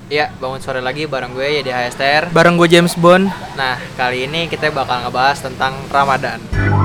Iya, bangun sore lagi bareng gue Yedi HSTR. Bareng gue James Bond. Nah, kali ini kita bakal ngebahas tentang Ramadan.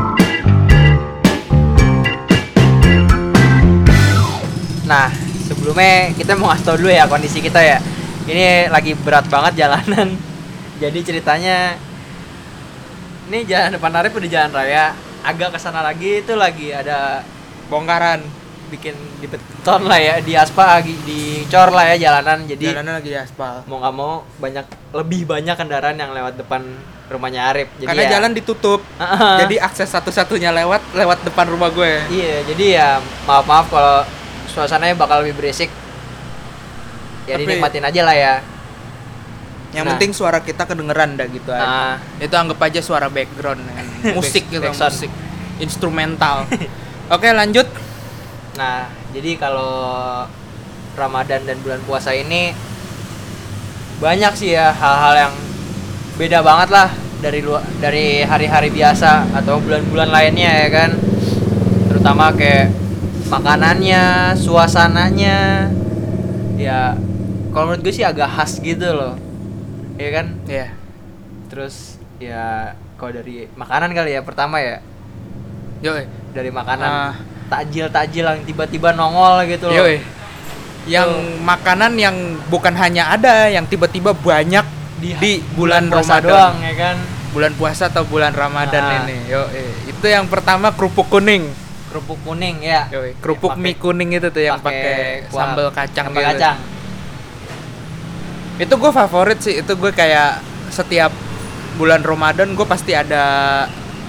Nah, sebelumnya kita mau ngasih tau dulu ya kondisi kita ya. Ini lagi berat banget jalanan. Jadi ceritanya ini jalan depan Arif udah jalan raya. Agak kesana lagi itu lagi ada Bongkaran. bikin di beton lah ya, di aspal lagi dicor lah ya jalanan. Jadi Jalanan lagi di aspal. mau nggak mau lebih banyak kendaraan yang lewat depan rumahnya Arif. Jadi Karena ya, jalan ditutup. Jadi akses satu-satunya lewat depan rumah gue. iya, jadi ya maaf kalau suasananya bakal lebih berisik. Ya Tapi dinikmatin aja lah ya. Yang Nah. penting suara kita kedengeran dah gitu Nah. aja. Itu anggap aja suara background musik gitu, backsound. musik instrumental. Oke, lanjut. Nah, jadi kalau Ramadan dan bulan puasa ini banyak sih ya hal-hal yang beda banget lah dari hari-hari biasa atau bulan-bulan lainnya ya kan. Terutama kayak makanannya, suasananya. Ya, kalau menurut gue sih agak khas gitu loh. Ya kan? Iya. Terus ya kalau dari makanan kali ya pertama ya. Yoi. Dari makanan takjil yang tiba-tiba nongol gitu loh. Yoi. Yang makanan yang bukan hanya ada, yang tiba-tiba banyak di bulan puasa Ramadan doang ya kan. Bulan puasa atau bulan Ramadan Nah. ini. Itu yang pertama kerupuk kuning. Kerupuk kuning ya. Kerupuk Yang mie kuning itu tuh yang pakai sambal kacang sambal gitu. kacang. Itu gue favorit sih. Itu gue kayak setiap bulan Ramadan gue pasti ada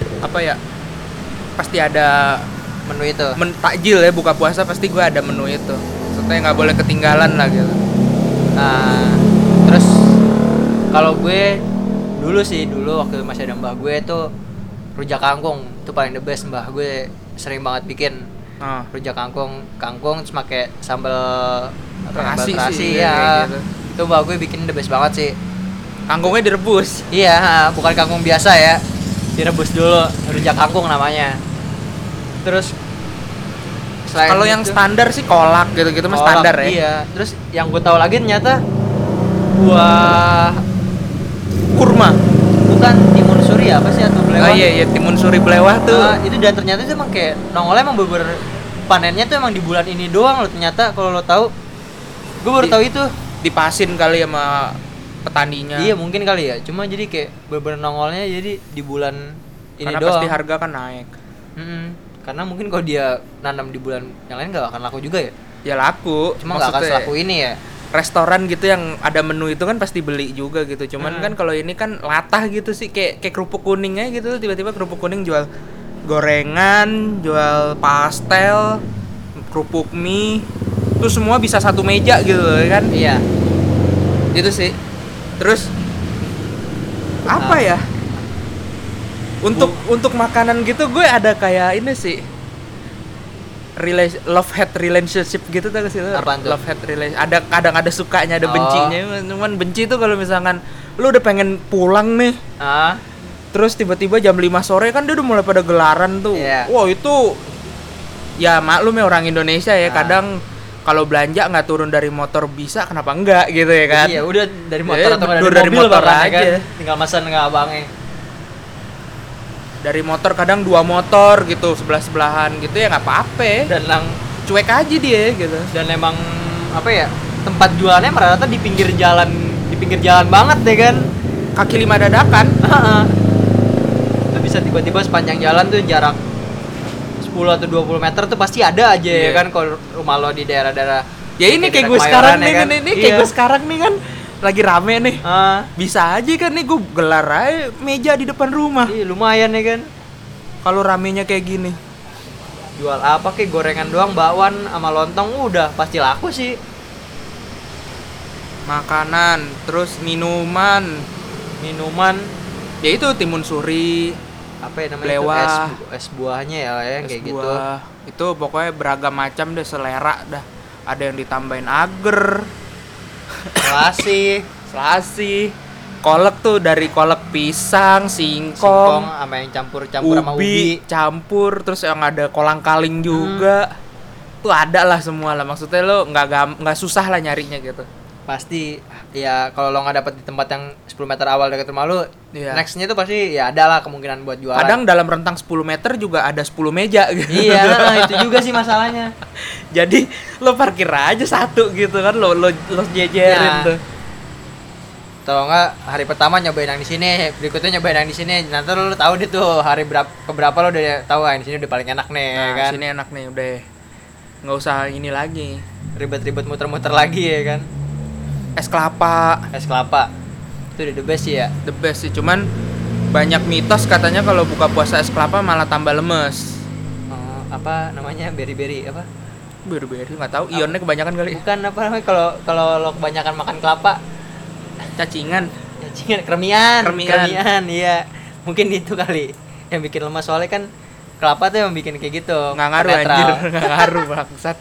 pasti ada Menu itu. takjil ya, buka puasa pasti gue ada menu itu. Maksudnya nggak boleh ketinggalan lah gitu. Nah, terus kalau gue dulu waktu masih ada mbah gue tuh rujak kangkung itu paling the best. Mbah gue sering banget bikin rujak kangkung terus pakai sambal terasi ya. Gitu. Itu mbah gue bikin the best banget sih. Kangkungnya direbus. Iya, bukan kangkung biasa ya. Direbus dulu, rujak kangkung namanya. Terus Kalau yang standar sih kolak gitu-gitu mah standar ya. Iya. Terus yang gue tahu lagi ternyata buah Kurma. bukan timun suri apa sih atau belewah? Oh iya timun suri belewah tuh. Itu dan ternyata itu emang kayak nongolnya emang panennya tuh emang di bulan ini doang loh ternyata. Kalau lo tahu, gue baru tahu itu. Dipasin kali sama petaninya. Iya mungkin kali ya. Cuma jadi kayak bener nongolnya jadi di bulan ini karena doang. pasti harga kan naik. Karena mungkin kalau dia nanam di bulan yang lain gak akan laku juga ya. Ya laku. Cuma gak akan selaku ini ya. Restoran gitu yang ada menu itu kan pasti beli juga gitu. Cuman kan kalau ini kan latah gitu sih, kayak kerupuk kuning aja gitu. Tiba-tiba kerupuk kuning jual gorengan, jual pastel, kerupuk mie, itu semua bisa satu meja gitu kan. Iya. Itu sih. Terus apa ya? Untuk makanan gitu gue ada kayak ini sih. Love hate relationship gitu tuh sih. Apaan tuh? Love hate relationship. Ada kadang ada sukanya, ada bencinya. Cuman benci tuh kalau misalkan lu udah pengen pulang nih. Terus tiba-tiba jam 5 sore kan dia udah mulai pada gelaran tuh. Yeah. Wow, itu ya maklum ya orang Indonesia ya, kadang kalau belanja nggak turun dari motor bisa, kenapa enggak gitu ya kan? Iya, udah dari motor atau dari motor bahkan, aja. ya kan? Tinggal pesan nggak abangnya. Dari motor kadang 2 motor gitu sebelah-sebelahan gitu ya nggak apa-apa. Dan Cuek aja dia gitu. dan emang apa ya? Tempat jualannya rata-rata di pinggir jalan banget ya kan. Kaki 5 dadakan. Itu bisa tiba-tiba sepanjang jalan tuh jarak 10 atau 20 meter tuh pasti ada aja ya kan kalau rumah lo di daerah-daerah. Ya ini kayak gue Kemayoran, sekarang ya nih kan? kan, ini kayak gue sekarang nih kan lagi rame nih. Bisa aja kan nih gue gelar aja meja di depan rumah. Iya, lumayan ya kan. Kalau ramenya kayak gini. Jual apa kayak gorengan doang, bakwan sama lontong udah pasti laku sih. Makanan, terus minuman, ya itu timun suri, apa ya namanya belewah, itu es buahnya ya yang kayak gitu. Itu pokoknya beragam macam deh, selera dah. Ada yang ditambahin agar, selasi, kolak tuh dari kolak pisang, singkong sama yang campur sama ubi. Campur, terus yang ada kolang-kaling juga. Tuh ada lah semua lah, maksudnya lo nggak susah lah nyarinya gitu. pasti ya kalau lo nggak dapet di tempat yang 10 meter awal dekat rumah lo, Iya. nextnya tuh pasti ya ada lah kemungkinan buat jualan. Kadang dalam rentang 10 meter juga ada 10 meja gitu. Iya, itu juga sih masalahnya. Jadi lo parkir aja satu gitu kan, lo jejerin Nah. tuh. Kalau nggak hari pertama nyobain yang di sini, berikutnya nyobain yang di sini. Nanti lo tahu deh tuh hari keberapa lo udah tahu yang di sini udah paling enak nih, Nah, kan. sini enak nih udah. Nggak usah ini lagi. Ribet-ribet muter-muter lagi ya kan. Es kelapa, Es kelapa. Itu udah the best sih ya. the best sih. Cuman banyak mitos katanya kalau buka puasa es kelapa malah tambah lemes. Apa namanya? Berry-berry apa? Beri nggak tahu, ionnya kebanyakan kali. Bukan apa namanya kalau lo kebanyakan makan kelapa, Cacingan. ya kremian. Kremian. Iya. Mungkin itu kali yang bikin lemas, soalnya kan kelapa tuh yang bikin kayak gitu. Nggak ngaruh Netral. anjir, nggak ngaruh bangsat.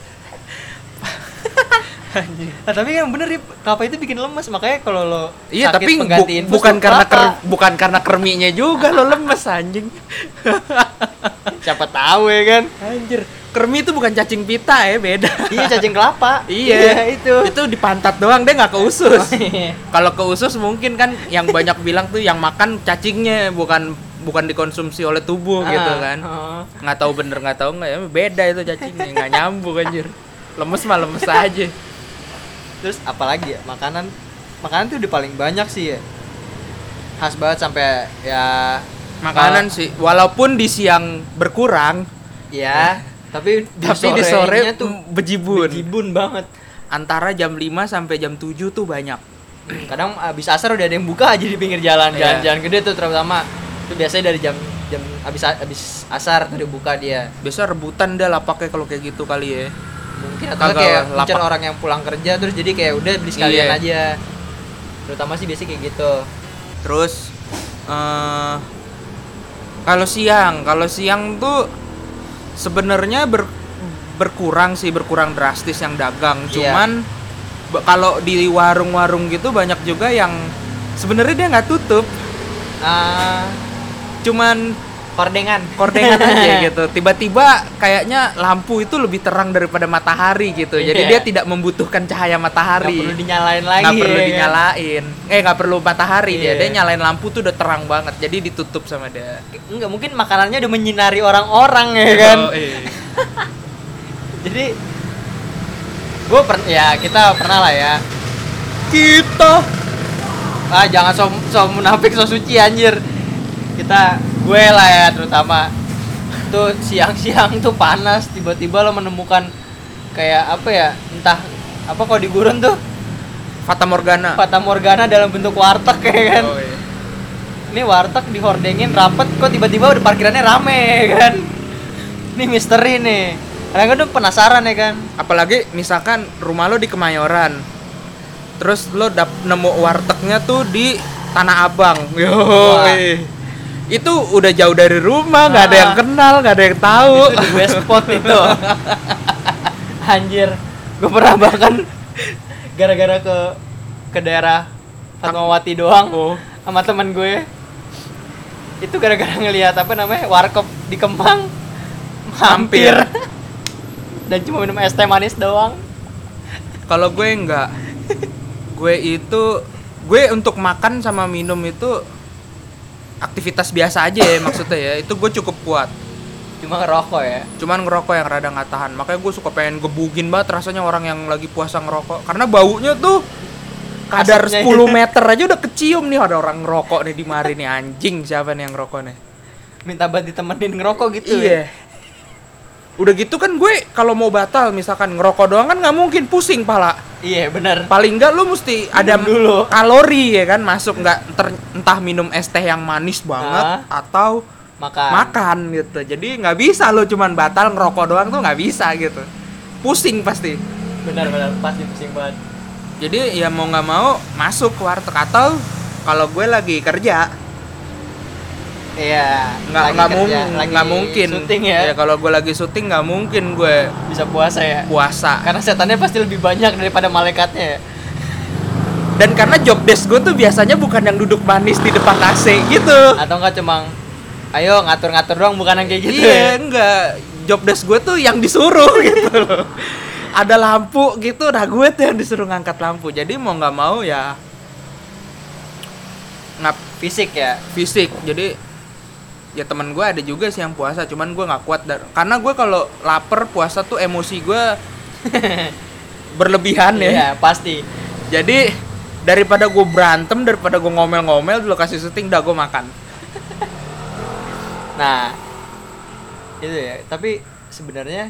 Nah, tapi kan bener, kelapa itu bikin lemes, makanya kalau lo Iya, sakit tapi pengganti infus, bukan lo karena kelapa. bukan karena kerminya juga lo lemes anjing. Siapa tahu ya kan. Anjir, kermi itu bukan cacing pita ya, beda. Iya, cacing kelapa. Iya, itu. Itu di pantat doang, dia nggak ke usus. Oh, iya. Kalau ke usus mungkin kan yang banyak bilang tuh yang makan cacingnya, bukan dikonsumsi oleh tubuh gitu kan. Nggak tahu bener nggak tahu nggak ya, beda itu cacingnya, nggak nyambung anjir. Lemes mah lemes aja. Terus apalagi ya, makanan tuh udah paling banyak sih ya, khas banget sampai ya Makanan sih, walaupun di siang berkurang, ya, tapi di sore sorenya tuh bejibun. bejibun banget. Antara jam 5 sampai jam 7 tuh banyak. Kadang abis asar udah ada yang buka aja di pinggir jalan, Iya. jalan gede tuh terutama. Itu biasanya dari jam abis asar tuh udah buka dia. Biasa rebutan dah lapaknya kalau kayak gitu kali ya. Mungkin atau Kagak kayak lapak. ngincer orang yang pulang kerja, terus jadi kayak udah beli sekalian Iya. aja. Terutama sih biasanya kayak gitu. Terus kalau siang tuh sebenarnya berkurang drastis yang dagang. Iya. Cuman kalau di warung-warung gitu banyak juga yang sebenarnya dia nggak tutup, cuman Kordengan. kordengan aja gitu. Tiba-tiba kayaknya lampu itu lebih terang daripada matahari gitu. Jadi Iya. dia tidak membutuhkan cahaya Nggak matahari. perlu dinyalain lagi. Nggak perlu ya kan? dinyalain. Nggak perlu matahari Iya. dia nyalain lampu tuh udah terang banget. Jadi ditutup sama dia. Enggak, mungkin makanannya udah menyinari orang-orang ya kan. Oh, iya. Jadi kita pernah lah ya. Kita Jangan so munafik, so suci anjir. Gue lah ya terutama. Tuh siang-siang tuh panas, tiba-tiba lo menemukan kayak apa ya? Entah apa kalau di gurun tuh Fata Morgana. Fata Morgana dalam bentuk warteg ya kan. Oh, iya. Ini warteg dihordengin rapet, kok tiba-tiba udah parkirannya rame ya kan. Ini misteri nih. Kadang-kadang penasaran ya kan. Apalagi misalkan rumah lo di Kemayoran, terus lo nemu wartegnya tuh di Tanah Abang. Wah. Itu udah jauh dari rumah, nggak ada yang kenal, nggak ada yang tahu. Itu di West Spot itu. Anjir, gue pernah bahkan gara-gara ke daerah Fatmawati doang Oh. sama teman gue. Itu gara-gara ngelihat apa namanya warkop di Kemang, hampir. Dan cuma minum es teh manis doang. Kalau gue enggak. Gue untuk makan sama minum itu aktivitas biasa aja ya maksudnya ya. Itu gue cukup kuat. Cuma ngerokok ya. Cuman ngerokok yang rada nggak tahan. Makanya gue suka pengen gebugin banget rasanya orang yang lagi puasa ngerokok. Karena baunya tuh kadar Asapnya 10 ya. meter aja udah kecium nih, ada orang ngerokok nih di mari nih, anjing siapa nih yang ngerokok nih. Minta banget ditemenin ngerokok gitu. Iya. Udah gitu kan gue kalau mau batal misalkan ngerokok doang kan nggak mungkin, pusing pala. Iya, benar. Paling nggak lu mesti ada dulu. kalori ya kan masuk, nggak entah minum es teh yang manis banget atau makan gitu. Jadi nggak bisa lo cuman batal ngerokok doang tuh nggak bisa gitu, pusing pasti. Benar-benar pasti pusing banget. Jadi ya mau nggak mau masuk ke warteg, atau kalau gue lagi kerja Iya, nggak mungkin syuting ya. kalau gue lagi syuting nggak mungkin gue Bisa puasa ya. puasa. Karena setannya pasti lebih banyak daripada malaikatnya ya. Dan karena job desk gue tuh biasanya bukan yang duduk manis di depan AC gitu. Atau enggak cuma ayo ngatur-ngatur doang, bukan yang kayak gitu Iya, ya. enggak. Job desk gue tuh yang disuruh gitu loh. ada lampu gitu, udah gue tuh yang disuruh ngangkat lampu. Jadi mau nggak mau ya Fisik ya. fisik. Jadi ya teman gue ada juga sih yang puasa, cuman gue nggak kuat karena gue kalau lapar puasa tuh emosi gue berlebihan ya. Iya, pasti. Jadi daripada gue berantem, daripada gue ngomel-ngomel dulu kasih syuting, dah gue makan. Nah, itu ya. Tapi sebenarnya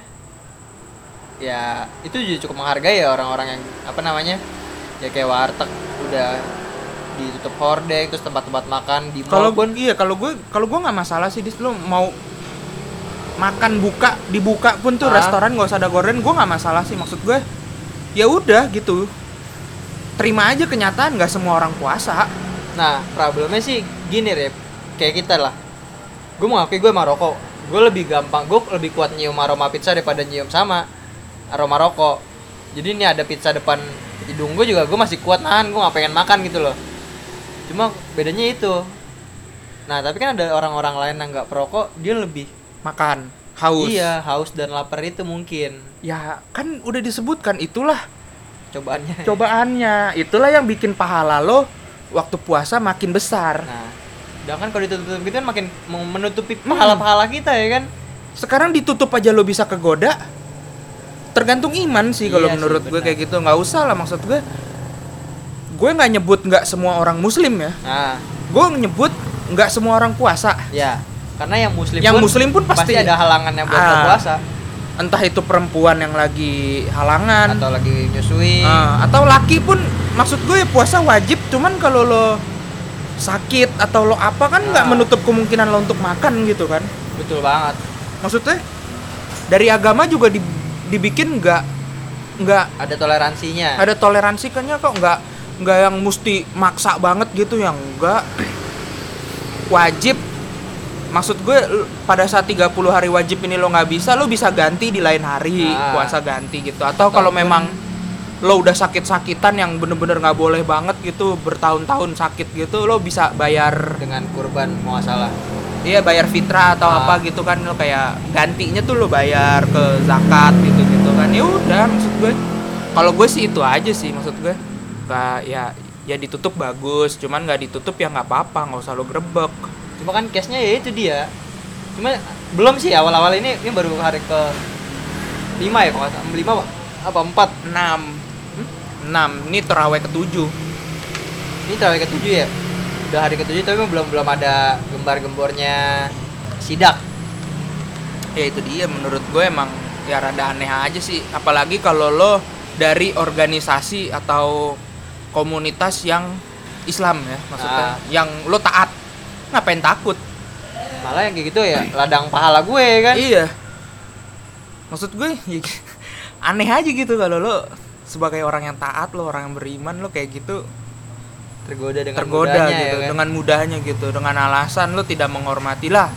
ya itu juga cukup menghargai ya orang-orang yang apa namanya, ya kayak warteg udah ditutup hordeng, terus tempat-tempat makan di mall pun. Iya, kalau gue nggak masalah sih, lu mau makan dibuka pun tuh restoran nggak usah ada gorden, gue nggak masalah sih. Maksud gue ya udah gitu, terima aja kenyataan nggak semua orang puasa. Nah, problemnya sih gini, Rep, kayak kita lah. Gue mau ngakui gue emang rokok. Gue lebih kuat nyium aroma pizza daripada nyium sama aroma rokok. Jadi ini ada pizza depan hidung gue juga gue masih kuat nahan, gue gak pengen makan gitu loh. Cuma bedanya itu. Nah, tapi kan ada orang-orang lain yang gak perokok, dia lebih Makan, haus. Iya, haus dan lapar itu mungkin Ya kan udah disebutkan, itulah cobaannya. cobaannya. Itulah yang bikin pahala lo waktu puasa makin besar. Nah, sedangkan kalau ditutup gitu kan makin menutupi pahala-pahala kita ya kan. Sekarang ditutup aja lo bisa kegoda. Tergantung iman sih kalau Iya menurut sih, gue benar. kayak gitu. Nggak usah lah, maksud gue nggak nyebut nggak semua orang muslim ya. Nah, Gue nyebut nggak semua orang puasa. ya, karena yang Yang muslim pun pasti ada halangannya buat puasa. Entah itu perempuan yang lagi halangan Atau lagi nyusui. atau laki pun, maksud gue ya puasa wajib. Cuman kalau lo sakit atau lo apa kan nggak menutup kemungkinan lo untuk makan gitu kan. Betul banget. Maksudnya dari agama juga dibikin nggak Ada toleransinya. ada toleransikannya kok, nggak yang mesti maksa banget gitu, yang nggak wajib. Maksud gue pada saat 30 hari wajib ini lo nggak bisa, lo bisa ganti di lain hari puasa ganti gitu. Atau kalau memang lo udah sakit-sakitan yang bener-bener nggak boleh banget gitu, bertahun-tahun sakit gitu, lo bisa bayar dengan kurban mau salah. Iya, bayar fitrah atau apa gitu kan, lo kayak gantinya tuh lo bayar ke zakat gitu kan. Ya udah, maksud gue kalau gue sih itu aja sih, maksud gue nggak ya ditutup bagus, cuman nggak ditutup ya nggak apa-apa, nggak usah lo grebek. Cuma kan case-nya ya itu dia. Cuma belum sih awal-awal ini baru hari ke 5 ya kalau nggak salah. 5 apa 4? 6 ini terawih ke-7. Ini terawih ke-7 ya. Udah hari ke-7 tapi belum ada gembar-gembornya sidak. Ya itu dia, menurut gue emang ya rada aneh aja sih, apalagi kalau lo dari organisasi atau komunitas yang Islam ya, maksudnya yang lo taat, ngapain takut? Malah yang kayak gitu ya ladang pahala gue kan. Iya, maksud gue ya, aneh aja gitu kalau lo sebagai orang yang taat, lo orang yang beriman, lo kayak gitu tergoda tergoda mudahnya, gitu ya kan? dengan mudahnya gitu, dengan alasan lo tidak menghormati lah.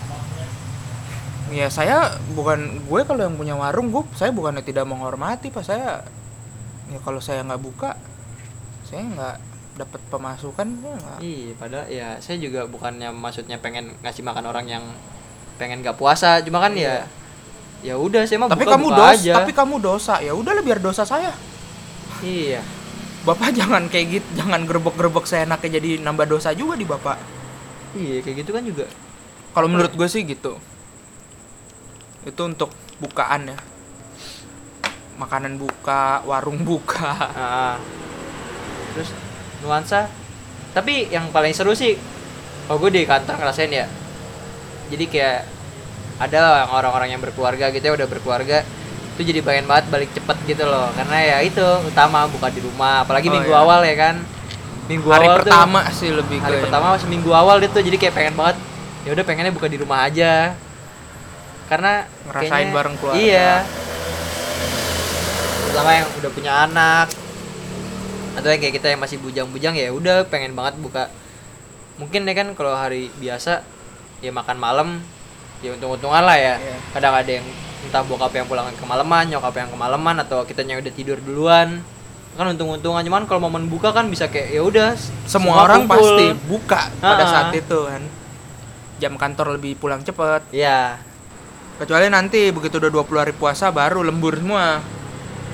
Ya gue kalau yang punya warung, saya bukannya tidak menghormati Pak, saya ya kalau saya nggak buka saya nggak dapat pemasukan ya nggak. Iya, padahal ya saya juga bukannya maksudnya pengen ngasih makan orang yang pengen gak puasa, cuma kan ya udah saya mah Tapi buka, kamu buka aja. Tapi kamu dosa, ya udahlah biar dosa saya. Iya. Bapak jangan kayak gitu, jangan gerbek-gerbek seenaknya jadi nambah dosa juga di Bapak. Iya, kayak gitu kan juga. Kalau menurut gue sih gitu. Itu untuk bukaan ya. Makanan buka, warung buka. Terus nuansa. Tapi yang paling seru sih kalau gue di kantor ngerasain ya. Jadi kayak ada lah orang-orang yang berkeluarga gitu ya, udah berkeluarga itu jadi pengen banget balik cepet gitu loh, karena ya itu utama buka di rumah, apalagi minggu awal ya kan. Minggu hari awal pertama tuh, sih lebih hari ke pertama seminggu awal itu jadi kayak pengen banget ya udah pengennya buka di rumah aja karena ngerasain kayaknya, bareng keluarga. iya, terutama yang udah punya anak atau yang kayak kita yang masih bujang-bujang ya udah pengen banget buka. Mungkin ya kan kalau hari biasa ya makan malam ya untung-untungan lah ya. Kadang ada yang entah bokap yang pulang kemalaman, nyokap yang kemalaman, atau kitanya udah tidur duluan kan untung-untungan. Cuman kalau momen buka kan bisa kayak ya udah semua orang kumpul. pasti buka pada saat itu kan, jam kantor lebih pulang cepet. Iya. Kecuali nanti begitu udah 20 hari puasa baru lembur semua.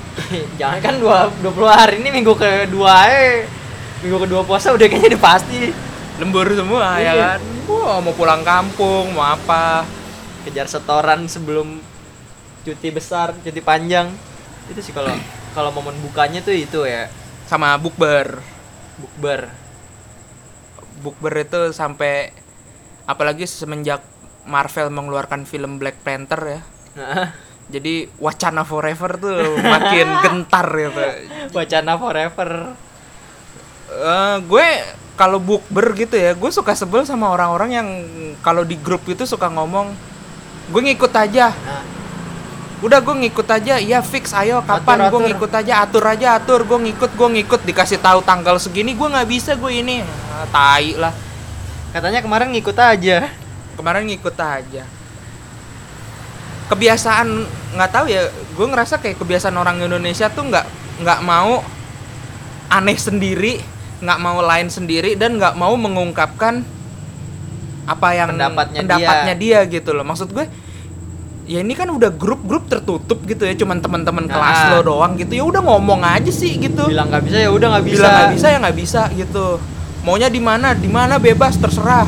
Jangan kan 20 hari ini minggu kedua minggu kedua puasa udah kayaknya udah pasti Lembur semua ya Iya. kan. Wah, mau pulang kampung, mau apa. kejar setoran sebelum cuti besar, cuti panjang. Itu sih kalau kalau momen bukanya tuh itu ya, Sama bukber. bukber. Bukber itu sampai apalagi semenjak Marvel mengeluarkan film Black Panther ya. Nah, Jadi wacana forever tuh makin gentar gitu. wacana forever. Gue kalau bukber gitu ya, gue suka sebel sama orang-orang yang kalau di grup itu suka ngomong, gue ngikut aja. Nah, Udah gue ngikut aja, iya fix, ayo kapan Atur, gue atur. ngikut aja, atur, gue ngikut, dikasih tahu tanggal segini, gue nggak bisa gue ini, tai lah. katanya kemarin ngikut aja. Kemarin ngikut aja. Kebiasaan nggak tahu ya, gue ngerasa kayak kebiasaan orang Indonesia tuh nggak mau aneh sendiri, nggak mau lain sendiri, dan nggak mau mengungkapkan apa yang Pendapatnya dia gitu loh. Maksud gue, ya ini kan udah grup tertutup gitu ya, cuman teman-teman kelas Nah. lo doang gitu, ya udah ngomong aja sih gitu. Bilang nggak bisa ya udah nggak bisa. Bilang nggak bisa ya nggak bisa gitu. Maunya di mana bebas terserah.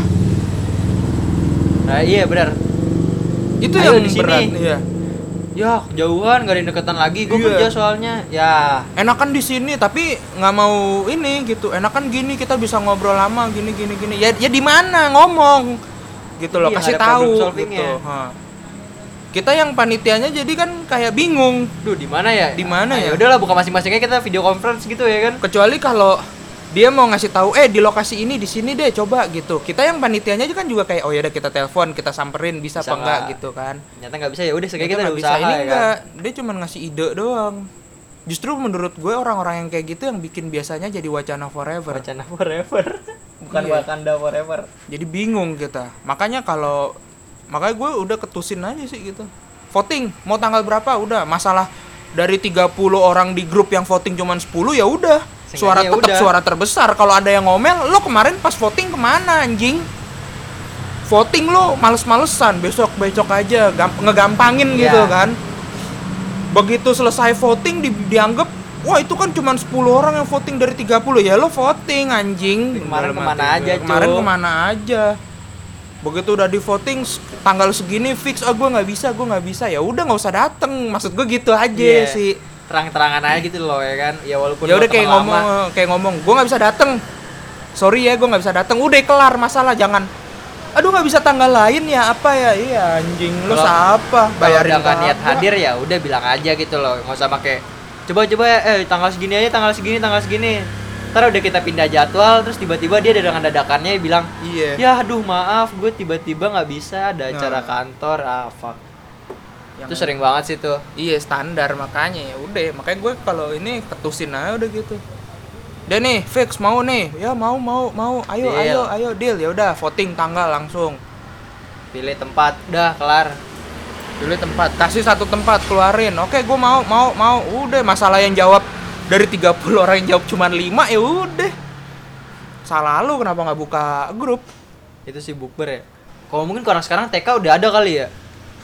Nah, iya benar. Itu Ayo yang di sini. berat. Iya. Ya, jauhan, gak ada yang deketan lagi. Gue Iya. kerja soalnya. Ya, Enakan di sini tapi nggak mau ini gitu. Enakan gini kita bisa ngobrol lama gini. Ya di mana ngomong gitu loh, Iya, kasih nggak ada problem tahu solvingnya. gitu. Kita yang panitianya jadi kan kayak bingung. duh di mana ya? Di mana ya? Udahlah buka masing-masingnya kita video conference gitu ya kan. Kecuali kalau dia mau ngasih tahu di lokasi ini di sini deh coba gitu. Kita yang panitianya kan juga kayak oh ya udah kita telepon, kita samperin bisa Bisa apa enggak nggak? gitu kan. Ternyata nggak bisa ya udah sekali Ternyata kita udah nggak bisa. usaha Ini ya kan. enggak, dia cuma ngasih ide doang. Justru menurut gue orang-orang yang kayak gitu yang bikin biasanya jadi wacana forever. Wacana forever. Bukan Iya. Wakanda forever. Jadi bingung kita. Makanya gue udah ketusin aja sih gitu. Voting mau tanggal berapa udah. Masalah dari 30 orang di grup yang voting cuman 10 ya udah. Suara Seenggaknya tetap udah. suara terbesar. Kalau ada yang ngomel, lo kemarin pas voting kemana anjing? Voting lo males-malesan, besok aja ngegampangin Iya. gitu kan. Begitu selesai voting dianggap wah itu kan cuma 10 orang yang voting dari 30. Ya lo voting anjing. Kemarin Dalam kemana hati aja, gue. Kemarin Cuk? kemana aja. Begitu udah di voting tanggal segini fix, gue nggak bisa. Ya udah nggak usah dateng. Maksud gue gitu aja Iya. sih. Terang-terangan aja gitu loh ya kan. Ya walaupun Ya lo udah teman lama. kayak ngomong gue nggak bisa dateng. Sorry ya gue nggak bisa dateng. Udah kelar masalah, jangan aduh nggak bisa tanggal lain ya apa ya. Iya anjing lo Kalau- siapa Kalau bayarin udah nggak niat kagak. hadir ya udah bilang aja gitu loh. Nggak usah pakai coba tanggal segini aja, tanggal segini. Ntar udah kita pindah jadwal terus tiba-tiba dia dengan dadakannya bilang Iya. ya aduh maaf gue tiba-tiba nggak bisa ada acara Nah. kantor fuck. Yang- Itu sering banget sih tuh. Iya standar, makanya ya udah, makanya gue kalau ini ketusin aja udah gitu. Udah nih fix mau nih, ya mau Deal. ayo deal, ya udah voting tanggal langsung. Pilih tempat udah kelar. Pilih tempat, kasih satu tempat keluarin. Oke gue mau, udah. Masalah yang jawab dari 30 orang yang jawab cuma 5 ya udah. Salah lu kenapa nggak buka grup? Itu sih bukber ya. Kalau mungkin orang sekarang TK udah ada kali ya.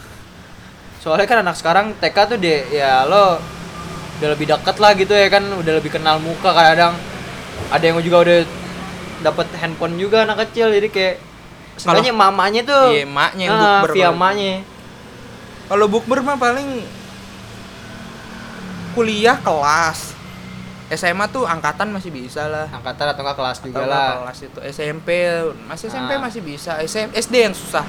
Soalnya kan anak sekarang TK tuh ya lo udah lebih deket lah gitu ya kan, udah lebih kenal muka. Kadang ada yang juga udah dapat handphone juga anak kecil, jadi kayak sebenarnya mamanya tuh Iya, emaknya yang bukber via kalau emaknya. Kalau bukber mah paling kuliah kelas. SMA tuh angkatan masih bisa lah. Angkatan atau enggak kelas juga Atau lah. kelas itu SMP SMP Ah. masih bisa. SD yang susah.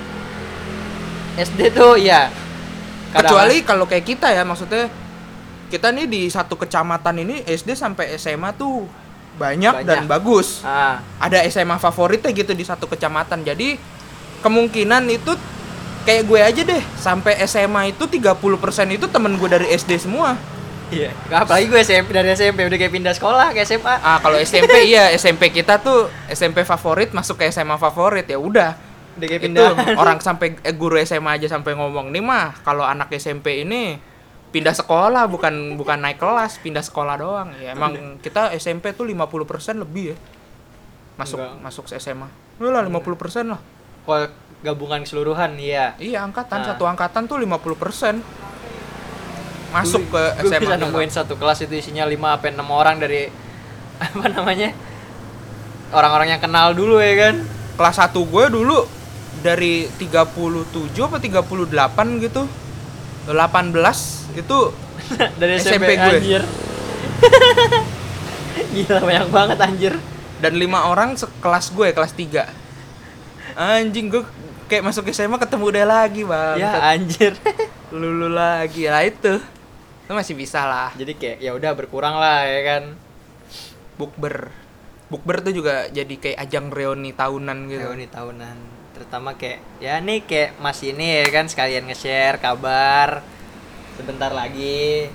SD tuh ya. Kecuali kalau kayak kita ya, maksudnya kita nih di satu kecamatan ini SD sampai SMA tuh banyak dan bagus. Ada SMA favoritnya gitu di satu kecamatan. Jadi kemungkinan itu kayak gue aja deh, sampai SMA itu 30% itu temen gue dari SD semua. Iya. Apalagi gue dari SMP udah kayak pindah sekolah ke SMA. Kalau SMP iya, SMP kita tuh SMP favorit masuk ke SMA favorit, ya udah. Udah kayak Itu pindah. orang sampai guru SMA aja sampai ngomong, "Nih mah, kalau anak SMP ini pindah sekolah bukan naik kelas, pindah sekolah doang." Ya emang kita SMP tuh 50% lebih ya. Enggak. Masuk SMA. Lah 50% lah. Kalau gabungan keseluruhan iya. Iya, angkatan Nah. satu angkatan tuh 50%. masuk ke Gue SMA bisa gitu. nemuin satu kelas itu isinya 5-6 orang dari apa namanya, orang-orang yang kenal dulu ya kan. Kelas 1 gue dulu dari 37 apa 38 gitu, 18 itu Dari SMP SMP gue. anjir. Gila banyak banget anjir. dan 5 orang sekelas gue kelas 3. Anjing, gue kayak masuk SMA ketemu dia lagi bang. Ya anjir. Lulu lagi lah itu masih bisa lah. Jadi kayak ya udah berkurang lah ya kan. Bukber tuh juga jadi kayak ajang reuni tahunan gitu. Reuni tahunan. Terutama kayak ya nih kayak Mas ini ya kan sekalian nge-share kabar. Sebentar lagi.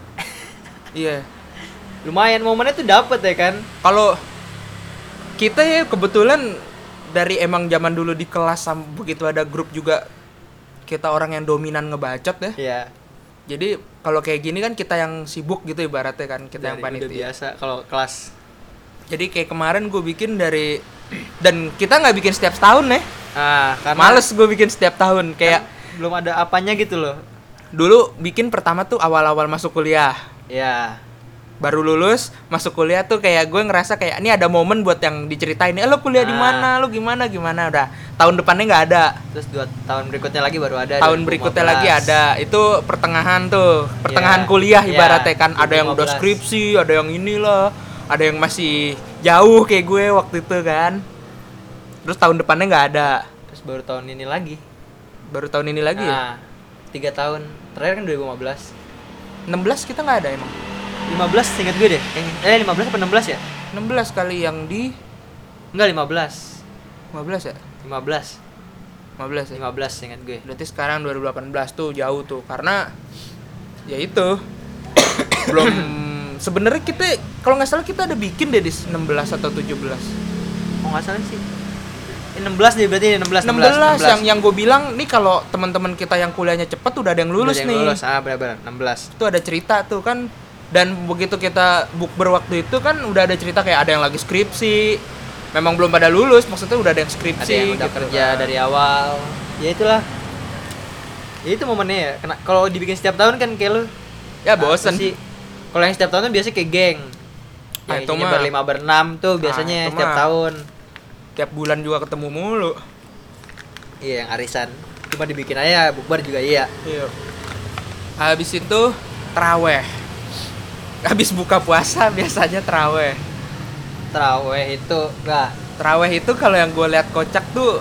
Iya. Lumayan momennya tuh dapet ya kan. Kalau kita ya kebetulan dari emang zaman dulu di kelas begitu ada grup juga kita orang yang dominan ngebacot ya. Iya. Jadi kalau kayak gini kan kita yang sibuk gitu ibaratnya kan, kita yang Udah panitia. biasa kalau kelas. Jadi kayak kemarin gue bikin dari dan kita nggak bikin setiap tahun ya. Karena Males gue bikin setiap tahun kayak kan belum ada apanya gitu loh. dulu bikin pertama tuh awal-awal masuk kuliah. Ya. Baru lulus masuk kuliah tuh kayak gue ngerasa kayak ini ada momen buat yang diceritain. Lo kuliah di mana? Lo gimana? Udah. Tahun depannya nggak ada. Terus 2 tahun berikutnya lagi baru ada. Tahun berikutnya lagi ada. Itu pertengahan tuh. Pertengahan Yeah. kuliah Yeah. ibaratnya kan. Ada yang udah 2015. skripsi, ada yang inilah, ada yang masih jauh kayak gue waktu itu kan. Terus tahun depannya nggak ada. Terus baru tahun ini lagi. Baru tahun ini lagi ya. 3 tahun. Terakhir kan 2015. 16 kita nggak ada emang. 15 ingat gue deh. 15 apa 16 ya? 16 kali yang di Enggak 15. 15 ya? 15. 15 ya. 15 ingat gue. Berarti sekarang 2018 tuh jauh tuh karena ya itu belum sebenarnya kita kalau nggak salah kita ada bikin deh di 16 atau 17. Oh enggak salah sih. 16 deh berarti 16 yang gue bilang nih kalau teman-teman kita yang kuliahnya cepet udah ada yang lulus nih. Lulus. Benar-benar 16. Itu ada cerita tuh kan. Dan begitu kita bukber waktu itu kan udah ada cerita kayak ada yang lagi skripsi. Memang belum pada lulus, maksudnya udah ada yang skripsi. Ada yang udah gitu kerja kan. dari awal. Ya itulah. Ya itu momennya ya. Kalau dibikin setiap tahun kan kayak lu Ya bosen. sih. Kalau yang setiap tahun kan biasanya kayak geng. Yang Itu isinya mah. berlima berenam tuh biasanya Itu setiap mah. tahun. Tiap bulan juga ketemu mulu. Iya yang arisan. Cuma dibikin aja bukber juga iya. Iya. Habis itu teraweh. Habis buka puasa biasanya teraweh. Terawih itu enggak. Teraweh itu kalau yang gue lihat kocak tuh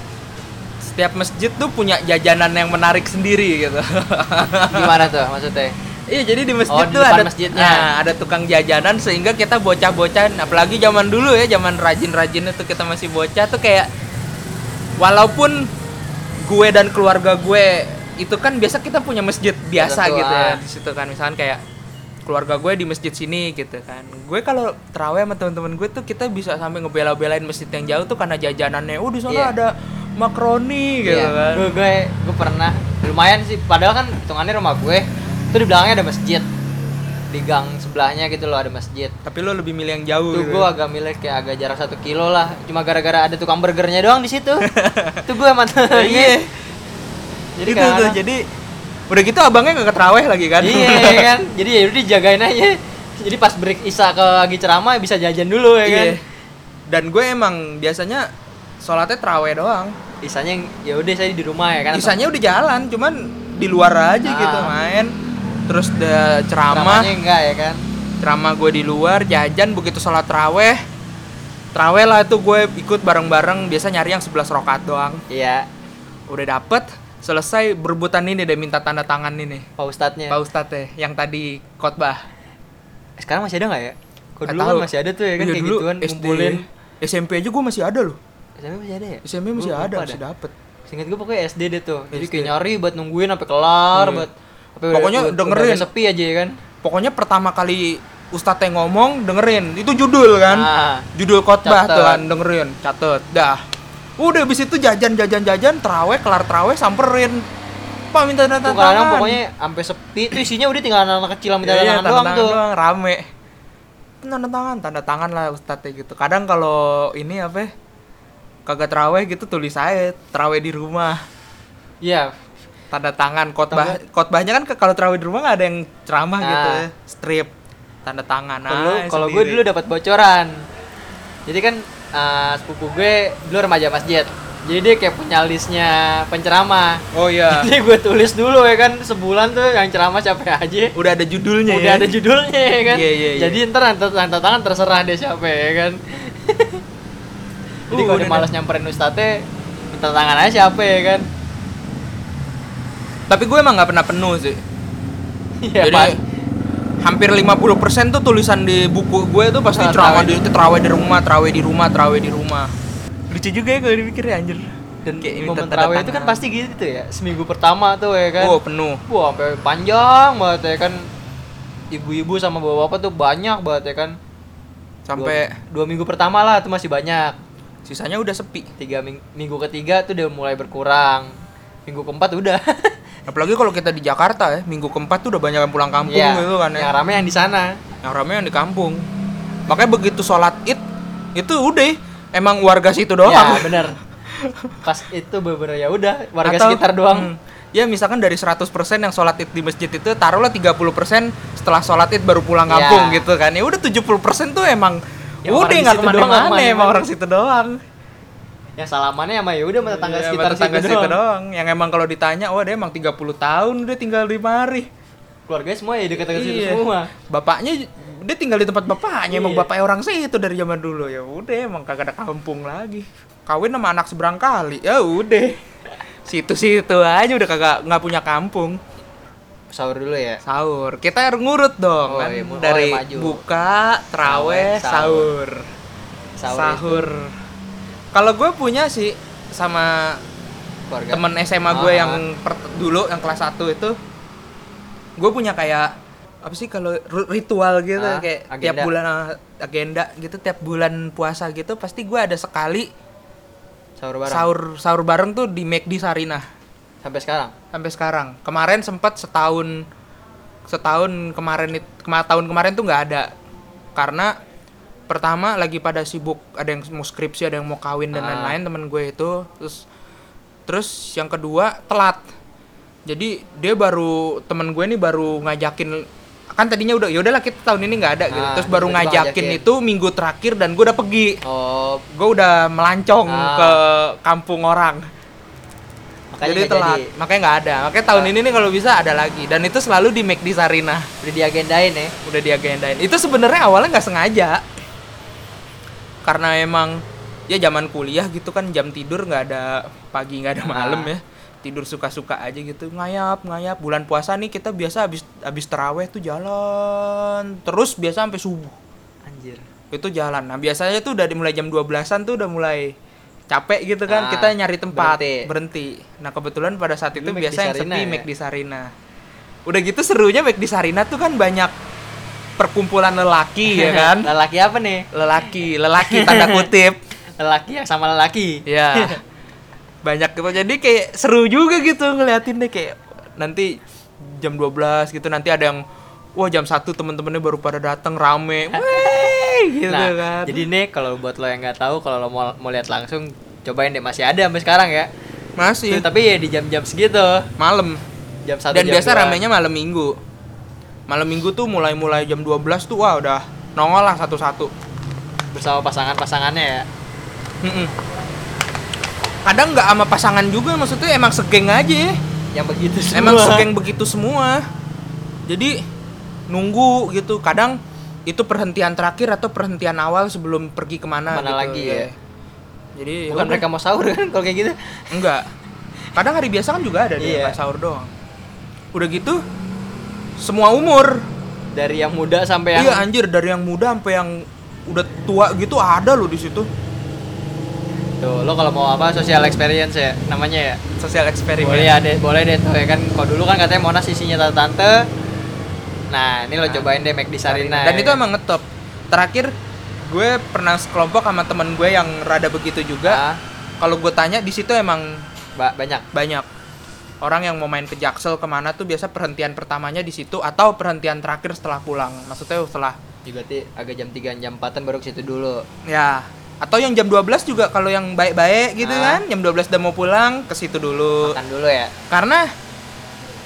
setiap masjid tuh punya jajanan yang menarik sendiri gitu. Gimana tuh maksudnya? Iya, jadi di masjid Oh, di tuh depan ada masjidnya. ada tukang jajanan sehingga kita bocah-bocah, apalagi zaman dulu ya, zaman rajin-rajin itu kita masih bocah tuh kayak walaupun gue dan keluarga gue itu kan biasa kita punya masjid biasa Tentu, gitu ya di situ kan, misalkan kayak keluarga gue di masjid sini gitu kan. Gue kalau terawih sama teman-teman gue tuh kita bisa sampai ngebela-belain masjid yang jauh tuh karena jajanannya. Oh, di sana Iya. ada makaroni gitu Iya. kan. Gue pernah lumayan sih. Padahal kan hitungannya rumah gue itu di belakangnya ada masjid. Di gang sebelahnya gitu loh ada masjid. Tapi lo lebih milih yang jauh Tuh gitu. gue agak milih kayak agak jarak 1 kilo lah. Cuma gara-gara ada tukang burgernya doang di situ. Tuh gue mantap. Iya. Jadi Gitu tuh. kadang- Jadi udah gitu abangnya gak terawih lagi kan. Iya kan. Jadi ya udah dijagain aja. Jadi pas break Isya ke lagi ceramah bisa jajan dulu ya kan. Iya. Dan gue emang biasanya sholatnya terawih doang. Isanya ya udah saya di rumah ya kan. Isanya udah jalan, cuman di luar aja gitu main. Terus udah ceramah. Ceramahnya enggak ya kan. Ceramah gue di luar, jajan, begitu sholat terawih. Terawih lah itu gue ikut bareng-bareng, biasa nyari yang 11 rakaat doang. Iya. Udah dapet, selesai berebutan ini deh minta tanda tangan ini. Pak Ustadznya. Pak Ustadz teh yang tadi khotbah. Sekarang masih ada nggak ya? Kok Nggak dulu kan tahu. masih ada tuh ya kan Iya, kayak dulu gituan SD, ngumpulin. SMP aja gue masih ada loh. SMP masih ada ya? SMP masih Gua ada, lupa masih dah. dapet. Seingat gue pokoknya SD deh tuh. Jadi SD. kayak nyari buat nungguin sampai kelar, Iya. buat Pokoknya dengerin. udah sepi aja ya kan. Pokoknya pertama kali Ustadz yang ngomong dengerin, itu judul kan, judul khotbah Catet. tuh kan, dengerin, catet, dah. Udah habis itu jajan, terawih, kelar terawih samperin, Pak minta tanda Tuh kadang tangan. pokoknya sampai sepi tuh isinya udah tinggal anak-anak kecil yang minta Iya, tanda tangan doang tuh. rame. Tanda tangan lah Ustadznya gitu. Kadang kalau ini apa? Kagak terawih gitu tulis saya terawih di rumah. Iya. tanda tangan, khotbahnya kan kalau terawih di rumah nggak ada yang ceramah gitu ya, strip tanda tangan. Kalau gue dulu dapat bocoran. Jadi kan sepupu gue dulu remaja masjid. Jadi dia kayak punya listnya penceramah. Oh iya. Jadi gue tulis dulu ya kan, sebulan tuh yang ceramah siapa aja. Udah ada judulnya. Udah ada judulnya ya kan. Iya. Jadi ntar tanda tangan terserah dia siapa ya kan. Jadi kalau dia malas nyamperin ustadznya, minta tangan aja siapa ya kan. Tapi gue emang nggak pernah penuh sih. Iya, jadi hampir 50% tuh tulisan di buku gue tuh pasti ceramah di terawih di rumah. Lucu juga ya kalau dipikir ya, anjir. Dan kayak momen terawih itu kan pasti gitu ya. Seminggu pertama tuh ya kan. Penuh. Wah, sampai panjang banget ya kan. Ibu-ibu sama bapak-bapak tuh banyak banget ya kan. Sampai 2 minggu pertama lah tuh masih banyak. Sisanya udah sepi. 3 minggu ketiga tuh udah mulai berkurang. Minggu keempat udah. Apalagi kalau kita di Jakarta ya, minggu keempat tuh udah banyak yang pulang kampung gitu kan ya. Yang rame yang di sana. Yang rame yang di kampung. Makanya begitu sholat Id itu udah emang warga situ doang. Ya, bener. Pas itu bener ya udah warga sekitar doang. Ya misalkan dari 100% yang sholat Id di masjid itu taruhlah 30% setelah sholat Id baru pulang kampung gitu kan. Ya udah 70% tuh emang ya, udah enggak kemana-mana, emang orang situ doang. Yang salamannya sama ya udah sama tetangga sekitar situ doang. Yang emang kalau ditanya, dia emang 30 tahun udah tinggal di mari. Keluarganya semua ya dekat-dekat situ semua. Bapaknya dia tinggal di tempat bapaknya, emang bapaknya orang situ dari zaman dulu. Ya udah emang kagak ada kampung lagi. Kawin sama anak seberang kali. Ya udah. Situ-situ aja udah kagak enggak punya kampung. Sahur dulu ya. Sahur. Kita ngurut dong kan. Dari buka, tarawih, sahur. Kalau gue punya sih sama keluarga. Temen SMA gue yang dulu yang kelas 1 itu, gue punya kayak apa sih kalau ritual gitu kayak agenda. Tiap bulan agenda gitu, tiap bulan puasa gitu pasti gue ada sekali sahur bareng tuh di McD Sarinah. Sampai sekarang. Kemarin sempat setahun kemarin tahun kemarin tuh nggak ada karena pertama lagi pada sibuk, ada yang mau skripsi, ada yang mau kawin dan lain-lain temen gue itu. Terus yang kedua telat. Jadi temen gue ini baru ngajakin, kan tadinya udah yaudahlah kita tahun ini nggak ada gitu. Terus baru ngajakin itu minggu terakhir dan gue udah pergi. Gue udah melancong ke kampung orang. Makanya jadi telat. Makanya nggak ada. Makanya tahun ini nih kalau bisa ada lagi. Dan itu selalu di McD Sarinah. Udah diagendain ya? Udah diagendain. Itu sebenarnya awalnya nggak sengaja. Karena emang ya zaman kuliah gitu kan, jam tidur nggak ada pagi nggak ada malam ya, tidur suka-suka aja gitu, ngayap. Bulan puasa nih kita biasa abis taraweh tuh jalan terus biasa sampai subuh. Anjir. Itu jalan. Nah biasanya tuh udah mulai jam 12-an tuh udah mulai capek gitu kan, kita nyari tempat berhenti. Nah kebetulan pada saat itu biasa yang sepi McD Sarinah. Udah gitu serunya McD Sarinah tuh kan banyak perkumpulan lelaki ya kan. Lelaki apa nih? Lelaki tanda kutip. Lelaki yang sama lelaki. Ya. Banyak gitu. Jadi kayak seru juga gitu ngeliatin deh, kayak nanti jam 12 gitu nanti ada yang jam 1 temen-temennya baru pada datang rame. Wey, gitu kan. Jadi nih kalau buat lo yang enggak tahu, kalau lo mau lihat langsung cobain deh, masih ada sampai sekarang ya. Masih. Tapi ya di jam-jam segitu, malam. Jam 1 dan jam biasa 2. Ramenya malam Minggu. Malam Minggu tuh mulai jam 12 tuh udah nongol lah satu-satu bersama pasangannya ya. Kadang nggak sama pasangan juga, maksudnya emang segeng aja. Yang begitu semua. Emang segeng begitu semua. Jadi nunggu gitu. Kadang itu perhentian terakhir atau perhentian awal sebelum pergi kemana gitu. Lagi ya. Jadi bukan mereka mau sahur kan kalau kayak gitu? Enggak. Kadang hari biasa kan juga ada deh sahur doang. Udah gitu semua umur, dari yang muda sampai yang dari yang muda sampai yang udah tua gitu ada loh di situ. Tuh, lo kalau mau apa social experience ya namanya ya? Social experience. Boleh deh tuh ya kan. Kalau dulu kan katanya Monas isinya tante-tante. Nah, ini lo cobain deh McD Sarinah. Dan itu emang ngetop. Terakhir gue pernah sekelompok sama temen gue yang rada begitu juga. Kalau gue tanya di situ emang banyak. Orang yang mau main ke Jaksel kemana tuh biasa perhentian pertamanya di situ atau perhentian terakhir setelah pulang. Maksudnya setelah berarti agak jam 3 jam 4-an baru ke situ dulu. Ya. Atau yang jam 12 juga kalau yang baik-baik gitu kan, jam 12 udah mau pulang ke situ dulu. Makan dulu ya. Karena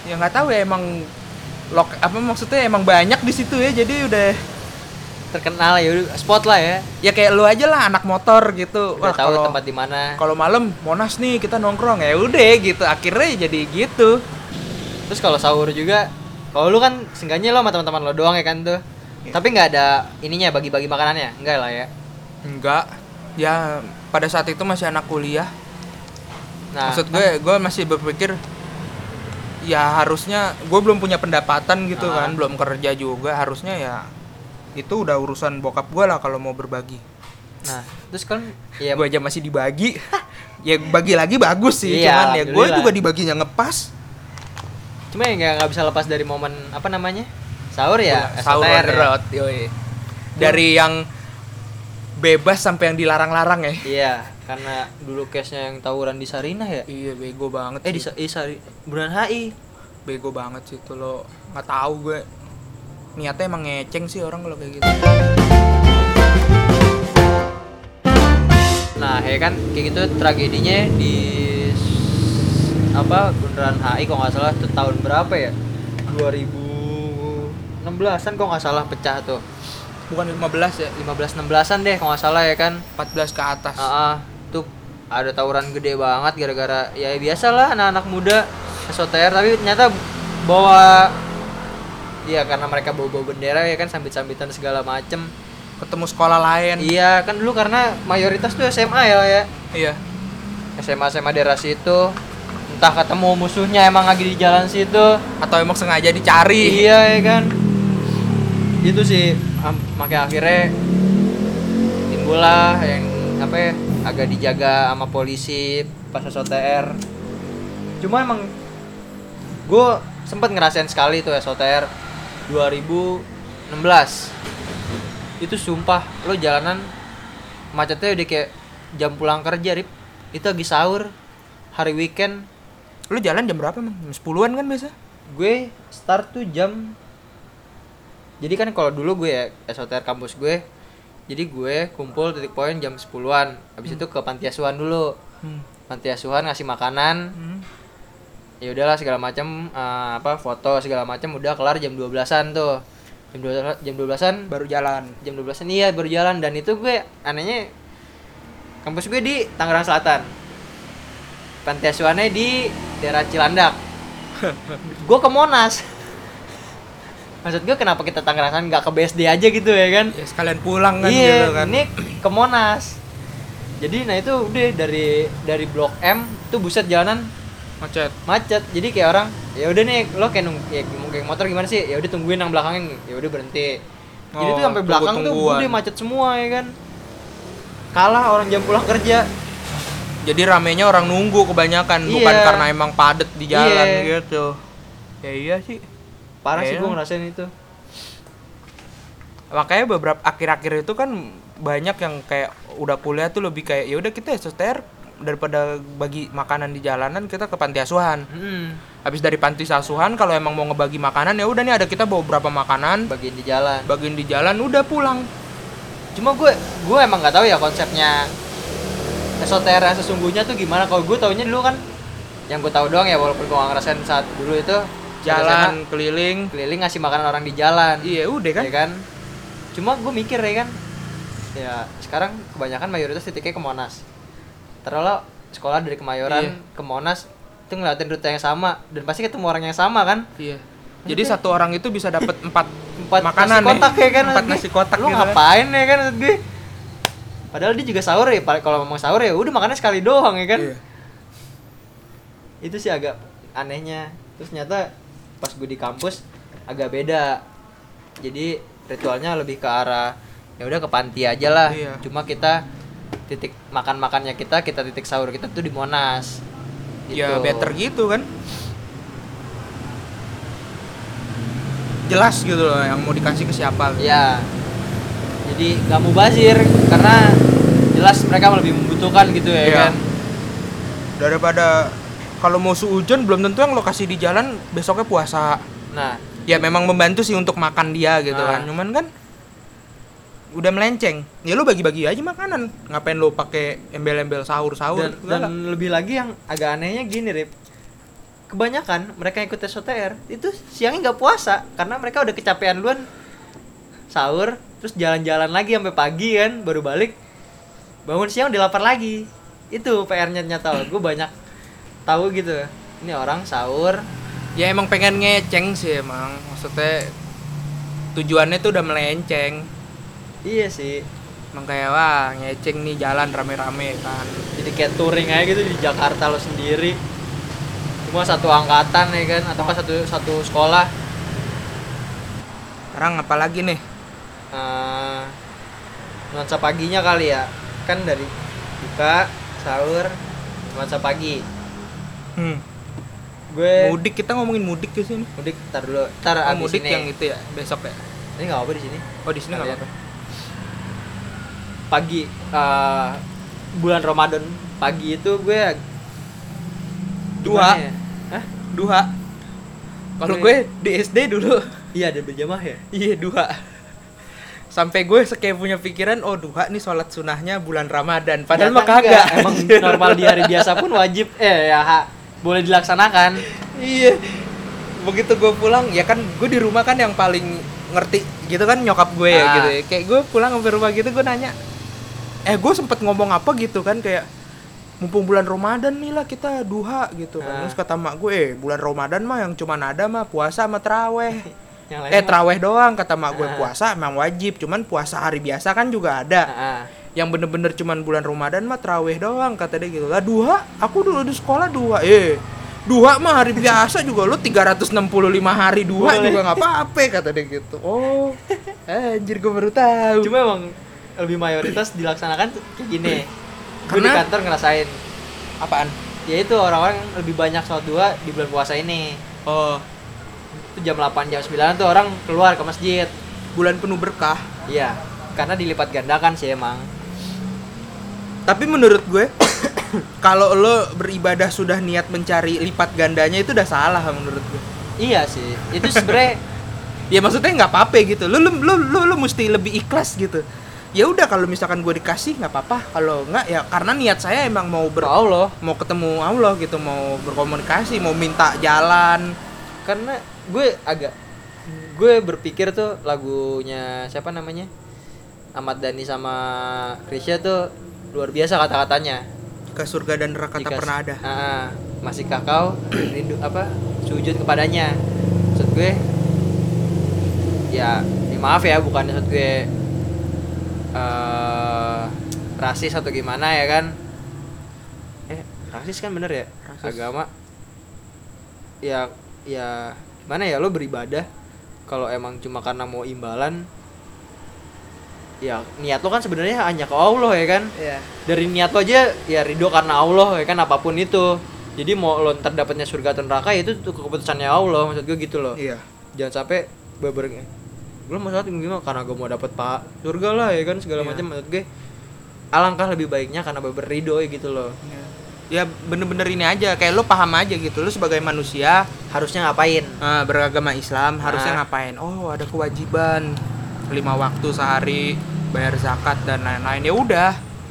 Ya nggak tahu ya, emang apa maksudnya emang banyak di situ ya, jadi udah Terkenal ya, udah spot lah ya. ya kayak lu aja lah anak motor gitu. Udah tahu kalau tempat di mana. kalau malam Monas nih kita nongkrong, ya udah gitu, akhirnya jadi gitu. Terus kalau sahur juga, kalau lu kan seenggaknya lo sama teman-teman lo doang ya kan tuh. Tapi nggak ada ininya bagi-bagi makanannya, enggak lah ya. Enggak, ya pada saat itu masih anak kuliah. Nah, Maksud gue masih berpikir ya harusnya gue belum punya pendapatan gitu kan, belum kerja juga, harusnya ya itu udah urusan bokap gue lah kalau mau berbagi. nah, terus kan ya Gue aja masih dibagi. Ya bagi lagi bagus sih, Iya, cuman ya gue alhamdulillah. juga dibaginya ngepas. cuma ya nggak bisa lepas dari momen apa namanya? Sahur ya, Sahur on SOTR the ya. road, yoi. Dari yang bebas sampai yang dilarang-larang ya. Iya, karena dulu case-nya yang tawuran di Sarinah ya. Iya, bego banget Di sih. Bundaran HI. Bego banget sih itu, lo nggak tahu gue. Niatnya emang ngeceng sih orang kalau kayak gitu. Nah, ya kan kayak gitu tragedinya di Bundaran HI kalau nggak salah tuh tahun berapa ya? 2016-an kalau nggak salah pecah tuh. Bukan 15 ya, 15-16an deh kalau nggak salah ya kan. 14 ke atas. Tuh ada tawuran gede banget gara-gara ya biasalah anak-anak muda SOTR, tapi ternyata bawa ya karena mereka bawa bendera ya kan, sambit-sambitan segala macem. Ketemu sekolah lain. Iya kan dulu karena mayoritas tuh SMA ya. Iya. SMA daerah situ, entah ketemu musuhnya emang lagi di jalan situ Atau emang sengaja dicari. iya ya kan. Itu sih makanya akhirnya timbul lah yang agak dijaga sama polisi pas SOTR. Cuma emang gue sempet ngerasain sekali tuh SOTR 2016. Itu sumpah lo jalanan macetnya udah kayak jam pulang kerja, Rip. Itu lagi sahur hari weekend. Lu jalan jam berapa, Mang? 10-an kan biasa? Gue start tuh jam, jadi kan kalau dulu gue ya SOTR kampus gue, jadi gue kumpul titik poin jam 10-an. Habis itu ke panti asuhan dulu. Panti asuhan ngasih makanan. Ya udahlah segala macam, foto segala macam, udah kelar jam 12-an tuh. Jam 12-an Baru jalan. Jam 12-an iya baru jalan. Dan itu gue anehnya kampus gue di Tangerang Selatan. Panti asuhannya di daerah Cilandak. Gue ke Monas. Maksud gue kenapa kita Tangerang Selatan nggak ke BSD aja gitu ya kan? Ya sekalian pulang kan Iya, gitu kan. ini ke Monas. Jadi nah itu udah dari Blok M tuh buset jalanan macet. Jadi kayak orang ya udah nih lo kayak kayak motor gimana sih? Ya udah tungguin yang belakangnya. Ya udah berhenti. Jadi tuh sampai belakang tuh udah macet semua ya kan. Kalah orang jam pulang kerja. Jadi ramenya orang nunggu kebanyakan, bukan Iya. karena emang padet di jalan Iya. gitu. Ya iya sih. Parah sih Iya. gue ngerasain itu. Makanya beberapa akhir-akhir itu kan banyak yang kayak udah kuliah tuh lebih kayak ya udah kita SOTR daripada bagi makanan di jalanan, kita ke panti asuhan. Habis dari panti asuhan kalau emang mau ngebagi makanan ya udah nih ada kita bawa berapa makanan, Bagiin di jalan udah pulang. Cuma gue emang nggak tahu ya konsepnya SOTR yang sesungguhnya tuh gimana. Kalau gue taunya dulu kan yang gue tahu doang ya, walaupun gue nggak ngerasain saat dulu itu Jalan keliling. ngasih makanan orang di jalan. Iya udah kan. Ya kan. Cuma gue mikir ya kan, ya sekarang kebanyakan mayoritas titiknya ke Monas. Taruhlah sekolah dari Kemayoran ke Monas itu ngeliatin rute yang sama dan pasti ketemu orang yang sama kan. Iya. Jadi satu orang itu bisa dapat 4 Empat makanan nasi kotak ya kan. 4 nasi kotak lu gitu kan. ngapain ya kan maksud gue. Padahal dia juga sahur ya, kalau ngomong sahur ya udah makannya sekali doang ya kan. Iya. Itu sih agak anehnya. Terus ternyata pas gue di kampus agak beda. Jadi ritualnya lebih ke arah ya udah ke panti aja lah. Iya. Cuma kita titik makannya kita titik sahur kita tuh di Monas. Gitu. Ya better gitu kan. Jelas gitu loh yang mau dikasih ke siapa gitu. Ya. Jadi nggak mubazir karena jelas mereka lebih membutuhkan gitu ya Iya. kan. Daripada kalau mau sehujan belum tentu yang lokasi di jalan besoknya puasa. Nah, Ya memang membantu sih untuk makan dia gitu Nah. kan. Cuman kan udah melenceng. Ya lu bagi-bagi aja makanan. Ngapain lu pakai embel-embel sahur-sahur? dan lebih lagi yang agak anehnya gini, Rip. kebanyakan mereka yang ikut tes OTR itu siangnya nggak puasa karena mereka udah kecapean duluan sahur, terus jalan-jalan lagi sampai pagi kan, baru balik bangun siang udah lapar lagi. Itu PR-nya nyata. Gue banyak tahu gitu, ini orang sahur Ya emang pengen ngeceng sih emang, maksudnya tujuannya tuh udah melenceng. iya sih, Emang kayak wah ngeceng nih jalan rame-rame kan. jadi kayak touring aja gitu di Jakarta lo sendiri, cuma satu angkatan ya kan, atau kan satu sekolah. Sekarang apa lagi nih? Nuansa paginya kali ya, kan dari buka sahur nuansa pagi. Gue Mudik, kita ngomongin mudik ke sini. mudik tar dulu, tar Oh, abis mudik ini. yang itu ya, besok ya. Ini nggak apa di sini. Oh, di sini enggak Kalian. apa-apa. Pagi bulan Ramadan pagi itu gue Duha. gimana ya? Hah? Duha. Kalau Gue- gue di SD dulu. Iya, ada berjamaah ya. Iya, duha. Sampai gue kayak punya pikiran, oh duha nih sholat sunahnya bulan Ramadan. Padahal mah Ternyata kagak. enggak. Emang normal di hari biasa pun wajib boleh dilaksanakan. Iya. Begitu gue pulang, ya kan gue di rumah kan yang paling ngerti gitu kan nyokap gue ya gitu ya. Kayak gue pulang sampai rumah gitu gue nanya, gue sempet ngomong apa gitu kan, kayak mumpung bulan Ramadan nih lah kita duha gitu kan. Terus kata mak gue, bulan Ramadan mah yang cuman ada mah puasa sama teraweh. Yang lain mah- Teraweh doang kata mak gue. Puasa emang wajib, cuman puasa hari biasa kan juga ada. Yang bener-bener cuman bulan Ramadan mah teraweh doang kata dia gitu. Lah duha, aku dulu di sekolah duha. Duha mah hari biasa juga lo 365 hari duha Boleh. juga nggak apa-apa kata dia gitu. Oh, anjir gue baru tahu. Cuma emang lebih mayoritas dilaksanakan tuh kayak gini. Gue di Karena- kantor ngerasain. Apaan? Ya itu orang-orang lebih banyak sholat duha di bulan puasa ini. Oh, Itu jam 8 jam 9 tuh orang keluar ke masjid. bulan penuh berkah. Iya, karena dilipat gandakan sih emang. Tapi menurut gue kalau lo beribadah sudah niat mencari lipat gandanya itu udah salah menurut gue. Iya sih. Itu sebenarnya Ya maksudnya nggak apa-apa gitu. Lu mesti lebih ikhlas gitu. Ya udah kalau misalkan gue dikasih nggak apa-apa. Kalau nggak ya karena niat saya emang mau ke Allah. mau ketemu Allah gitu, mau berkomunikasi, mau minta jalan. Karena gue berpikir tuh lagunya siapa namanya? Ahmad Dhani sama Krisya tuh luar biasa kata-katanya. Ke surga dan neraka tak Jika- pernah ada. Masihkah kau rindu sujud kepadanya? Maksud gue ya maaf ya, bukan maksud gue rasis atau gimana ya kan. Rasis kan bener ya? Rasis. Agama ya gimana ya, lo beribadah kalau emang cuma karena mau imbalan, ya niat lo kan sebenarnya hanya ke Allah ya kan. Iya. Dari niat lo aja ya ridho karena Allah ya kan, apapun itu. Jadi mau lo ntar dapatnya surga atau neraka itu tuh keputusannya Allah, maksud gue gitu loh. Iya. Jangan sampai gue mau sholat gimana karena gue mau dapat surga lah ya kan, segala Iya. macam. Maksud gue alangkah lebih baiknya karena berridho ya gitu loh. Ya bener-bener ini aja, kayak lo paham aja gitu. Lo sebagai manusia Harusnya ngapain? beragama Islam harusnya Nah. ngapain? Oh, ada kewajiban 5 waktu sehari, bayar zakat dan lain-lain. Ya udah.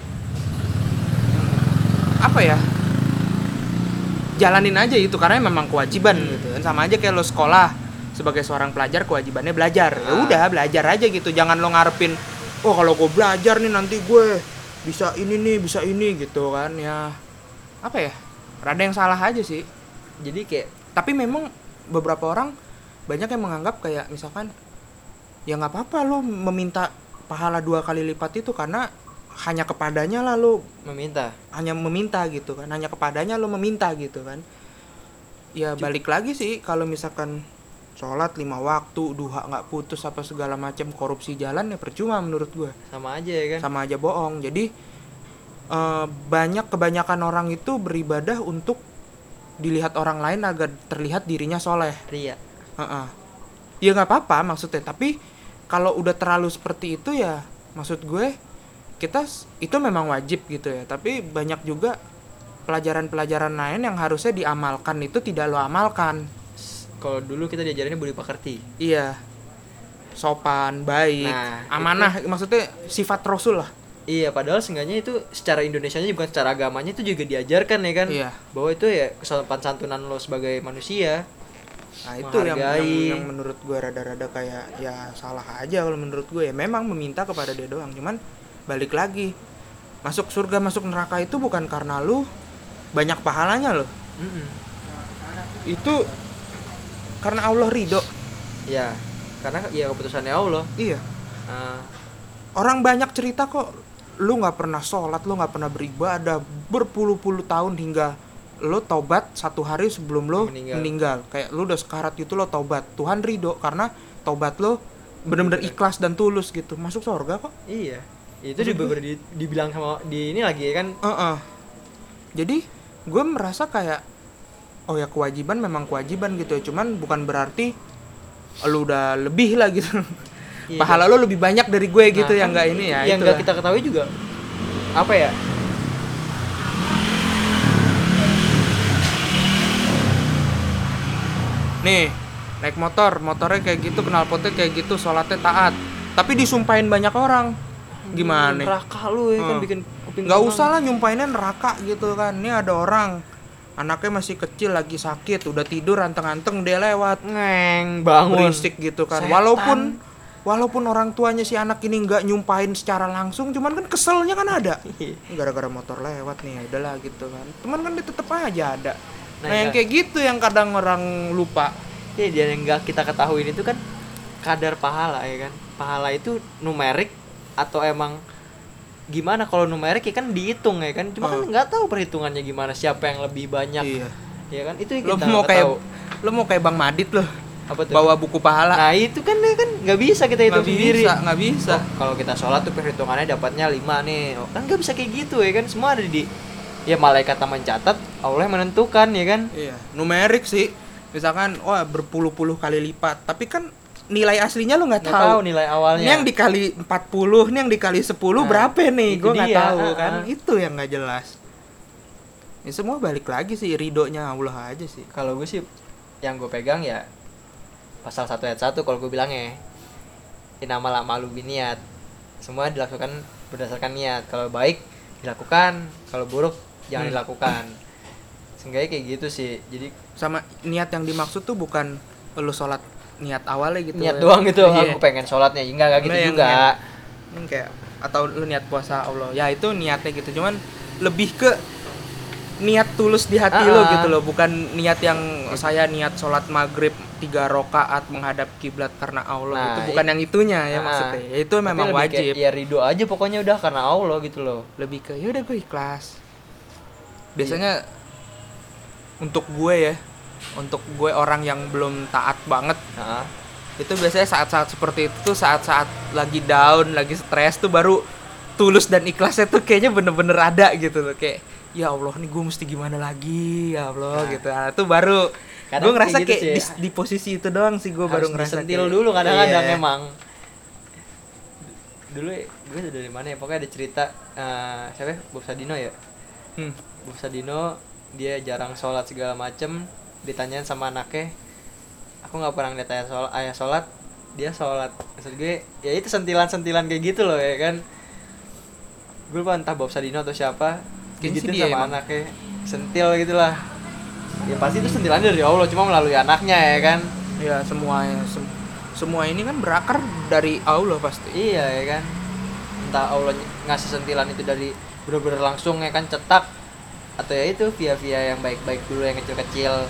Apa ya? Jalanin aja itu karena memang kewajiban gitu. Dan sama aja kayak lo sekolah sebagai seorang pelajar kewajibannya belajar. Ya udah, belajar aja gitu. Jangan lo ngarepin, oh kalau gue belajar nih nanti gue bisa ini nih, bisa ini gitu kan ya. Apa ya? Rada yang salah aja sih. Jadi kayak Tapi memang beberapa orang banyak yang menganggap kayak misalkan ya nggak apa-apa lo meminta pahala 2 kali lipat itu karena hanya kepadanya lah lo hanya meminta gitu kan, hanya kepadanya lo meminta gitu kan. Ya balik lagi sih kalau misalkan sholat 5 waktu, duha nggak putus apa segala macam, korupsi jalan ya percuma menurut gue, sama aja ya kan. sama aja bohong. Jadi kebanyakan orang itu beribadah untuk dilihat orang lain agar terlihat dirinya soleh. Ria. Ya nggak apa-apa maksudnya, tapi kalau udah terlalu seperti itu ya maksud gue itu memang wajib gitu ya, tapi banyak juga pelajaran-pelajaran lain yang harusnya diamalkan itu tidak lo amalkan. Kalau dulu kita diajarinnya budi pekerti. Iya, sopan, baik, Nah, amanah, maksudnya sifat Rasul lah. Iya, padahal seenggaknya itu secara Indonesianya bukan secara agamanya itu juga diajarkan ya kan. Iya. Bahwa itu ya kesopan santunan lo sebagai manusia. Nah itu yang Menghargai. menurut gue rada-rada kayak ya salah aja kalau menurut gue ya, memang meminta kepada dia doang, cuman balik lagi, masuk surga masuk neraka itu bukan karena lu banyak pahalanya loh, Mm-mm. itu karena Allah ridho. Ya, karena ya keputusannya Allah. Iya, Nah, orang banyak cerita kok, lu nggak pernah sholat, lu nggak pernah beribadah berpuluh-puluh tahun hingga lo taubat 1 hari sebelum lo meninggal. Kayak lo udah sekarat gitu, lo taubat, Tuhan ridho karena taubat lo benar-benar ikhlas dan tulus gitu, masuk surga kok. iya. Itu dibilang sama di ini lagi ya kan. Jadi gue merasa kayak oh ya kewajiban memang kewajiban gitu ya, cuman bukan berarti lo udah lebih lah gitu. Iya, pahala lo lebih banyak dari gue gitu, nah, yang nggak ini ya. Yang nggak kita ketahui juga apa ya? Nih, naik motornya kayak gitu, knalpotnya kayak gitu, sholatnya taat, tapi disumpahin banyak orang. Gimana? Neraka lu ya kan bikin kuping. Nggak usah lah nyumpahinnya neraka gitu kan. Ini ada orang, anaknya masih kecil lagi sakit, udah tidur anteng-anteng dia lewat, bangun. berisik gitu kan. Setan. Walaupun orang tuanya si anak ini nggak nyumpahin secara langsung, cuman kan keselnya kan ada. Iya. Gara-gara motor lewat nih, udahlah gitu kan. Cuman kan dia tetep aja ada. Nah, yang kayak gitu yang kadang orang lupa. Iya, dia yang nggak kita ketahuin itu kan kadar pahala ya kan. Pahala itu numerik atau emang gimana? Kalau numerik ya kan dihitung ya kan. Cuma kan nggak tahu perhitungannya gimana, siapa yang lebih banyak. Iya. Ya kan itu yang Lo kita mau nggak kayak tahu. lo mau kayak Bang Madit loh. Apa tuh? Bawa buku pahala. Nah itu kan ya kan nggak bisa kita hitung sendiri. Nggak bisa. Oh, kalau kita sholat tuh perhitungannya dapatnya 5 nih. Oh, kan nggak bisa kayak gitu ya kan. Semua ada di ya malaikat yang mencatat, Allah yang menentukan ya kan. Iya, numerik sih. Misalkan wah berpuluh-puluh kali lipat, tapi kan nilai aslinya lo nggak tahu. Nilai awalnya. Ini yang dikali 40, ini yang dikali 10 berapa nih? itu Gue nggak dia, tahu kan. Itu yang nggak jelas. Ini semua balik lagi sih ridhonya Allah aja sih. Kalau gue sih yang gue pegang ya pasal 1 ayat 1 kalau gue bilangnya. Innamal a'malu binniyat. Semua dilakukan berdasarkan niat. Kalau baik dilakukan, kalau buruk jangan dilakukan. Seenggaknya kayak gitu sih. Jadi sama niat yang dimaksud tuh bukan lu sholat niat awalnya gitu. niat doang gitu. Iya. Aku pengen sholatnya enggak gitu Nah, yang juga. Kayak atau lu niat puasa Allah. Ya itu niatnya gitu. Cuman lebih ke niat tulus di hati lo gitu loh, bukan niat yang saya niat sholat maghrib 3 rakaat menghadap kiblat karena Allah. Nah, itu bukan yang itunya ya maksudnya. Ya, itu Tapi memang lebih wajib. kayak, ya ridho aja pokoknya udah karena Allah gitu loh. Lebih ke ya udah gue ikhlas. Biasanya untuk gue orang yang belum taat banget, Nah, itu biasanya saat-saat seperti itu tuh, saat-saat lagi down, lagi stres tuh baru tulus dan ikhlasnya tuh kayaknya bener-bener ada gitu loh. Kayak ya Allah nih gue mesti gimana lagi ya Allah gitu. Nah, itu baru gue ngerasa gitu kayak di posisi itu doang sih gue baru ngerasa disentil kayak, dulu kadang-kadang iya. emang. Dulu gue dari mana ya, pokoknya ada cerita siapa ya? Bob Sadino ya. Bob Sadino dia jarang sholat segala macem, ditanyain sama anaknya, aku nggak pernah lihat ayah sholat, dia sholat. Maksud gue ya itu sentilan-sentilan kayak gitu loh ya kan. Gue lupa entah Bob Sadino atau siapa digituin sama emang anaknya, sentil gitulah. Ya pasti itu sentilan dari Allah, cuma melalui anaknya ya kan. Ya semua ini kan berakar dari Allah pasti. Iya ya kan. Entah Allah ngasih sentilan itu dari bener-bener langsung ya kan, cetak, atau ya itu via yang baik-baik dulu, yang kecil-kecil.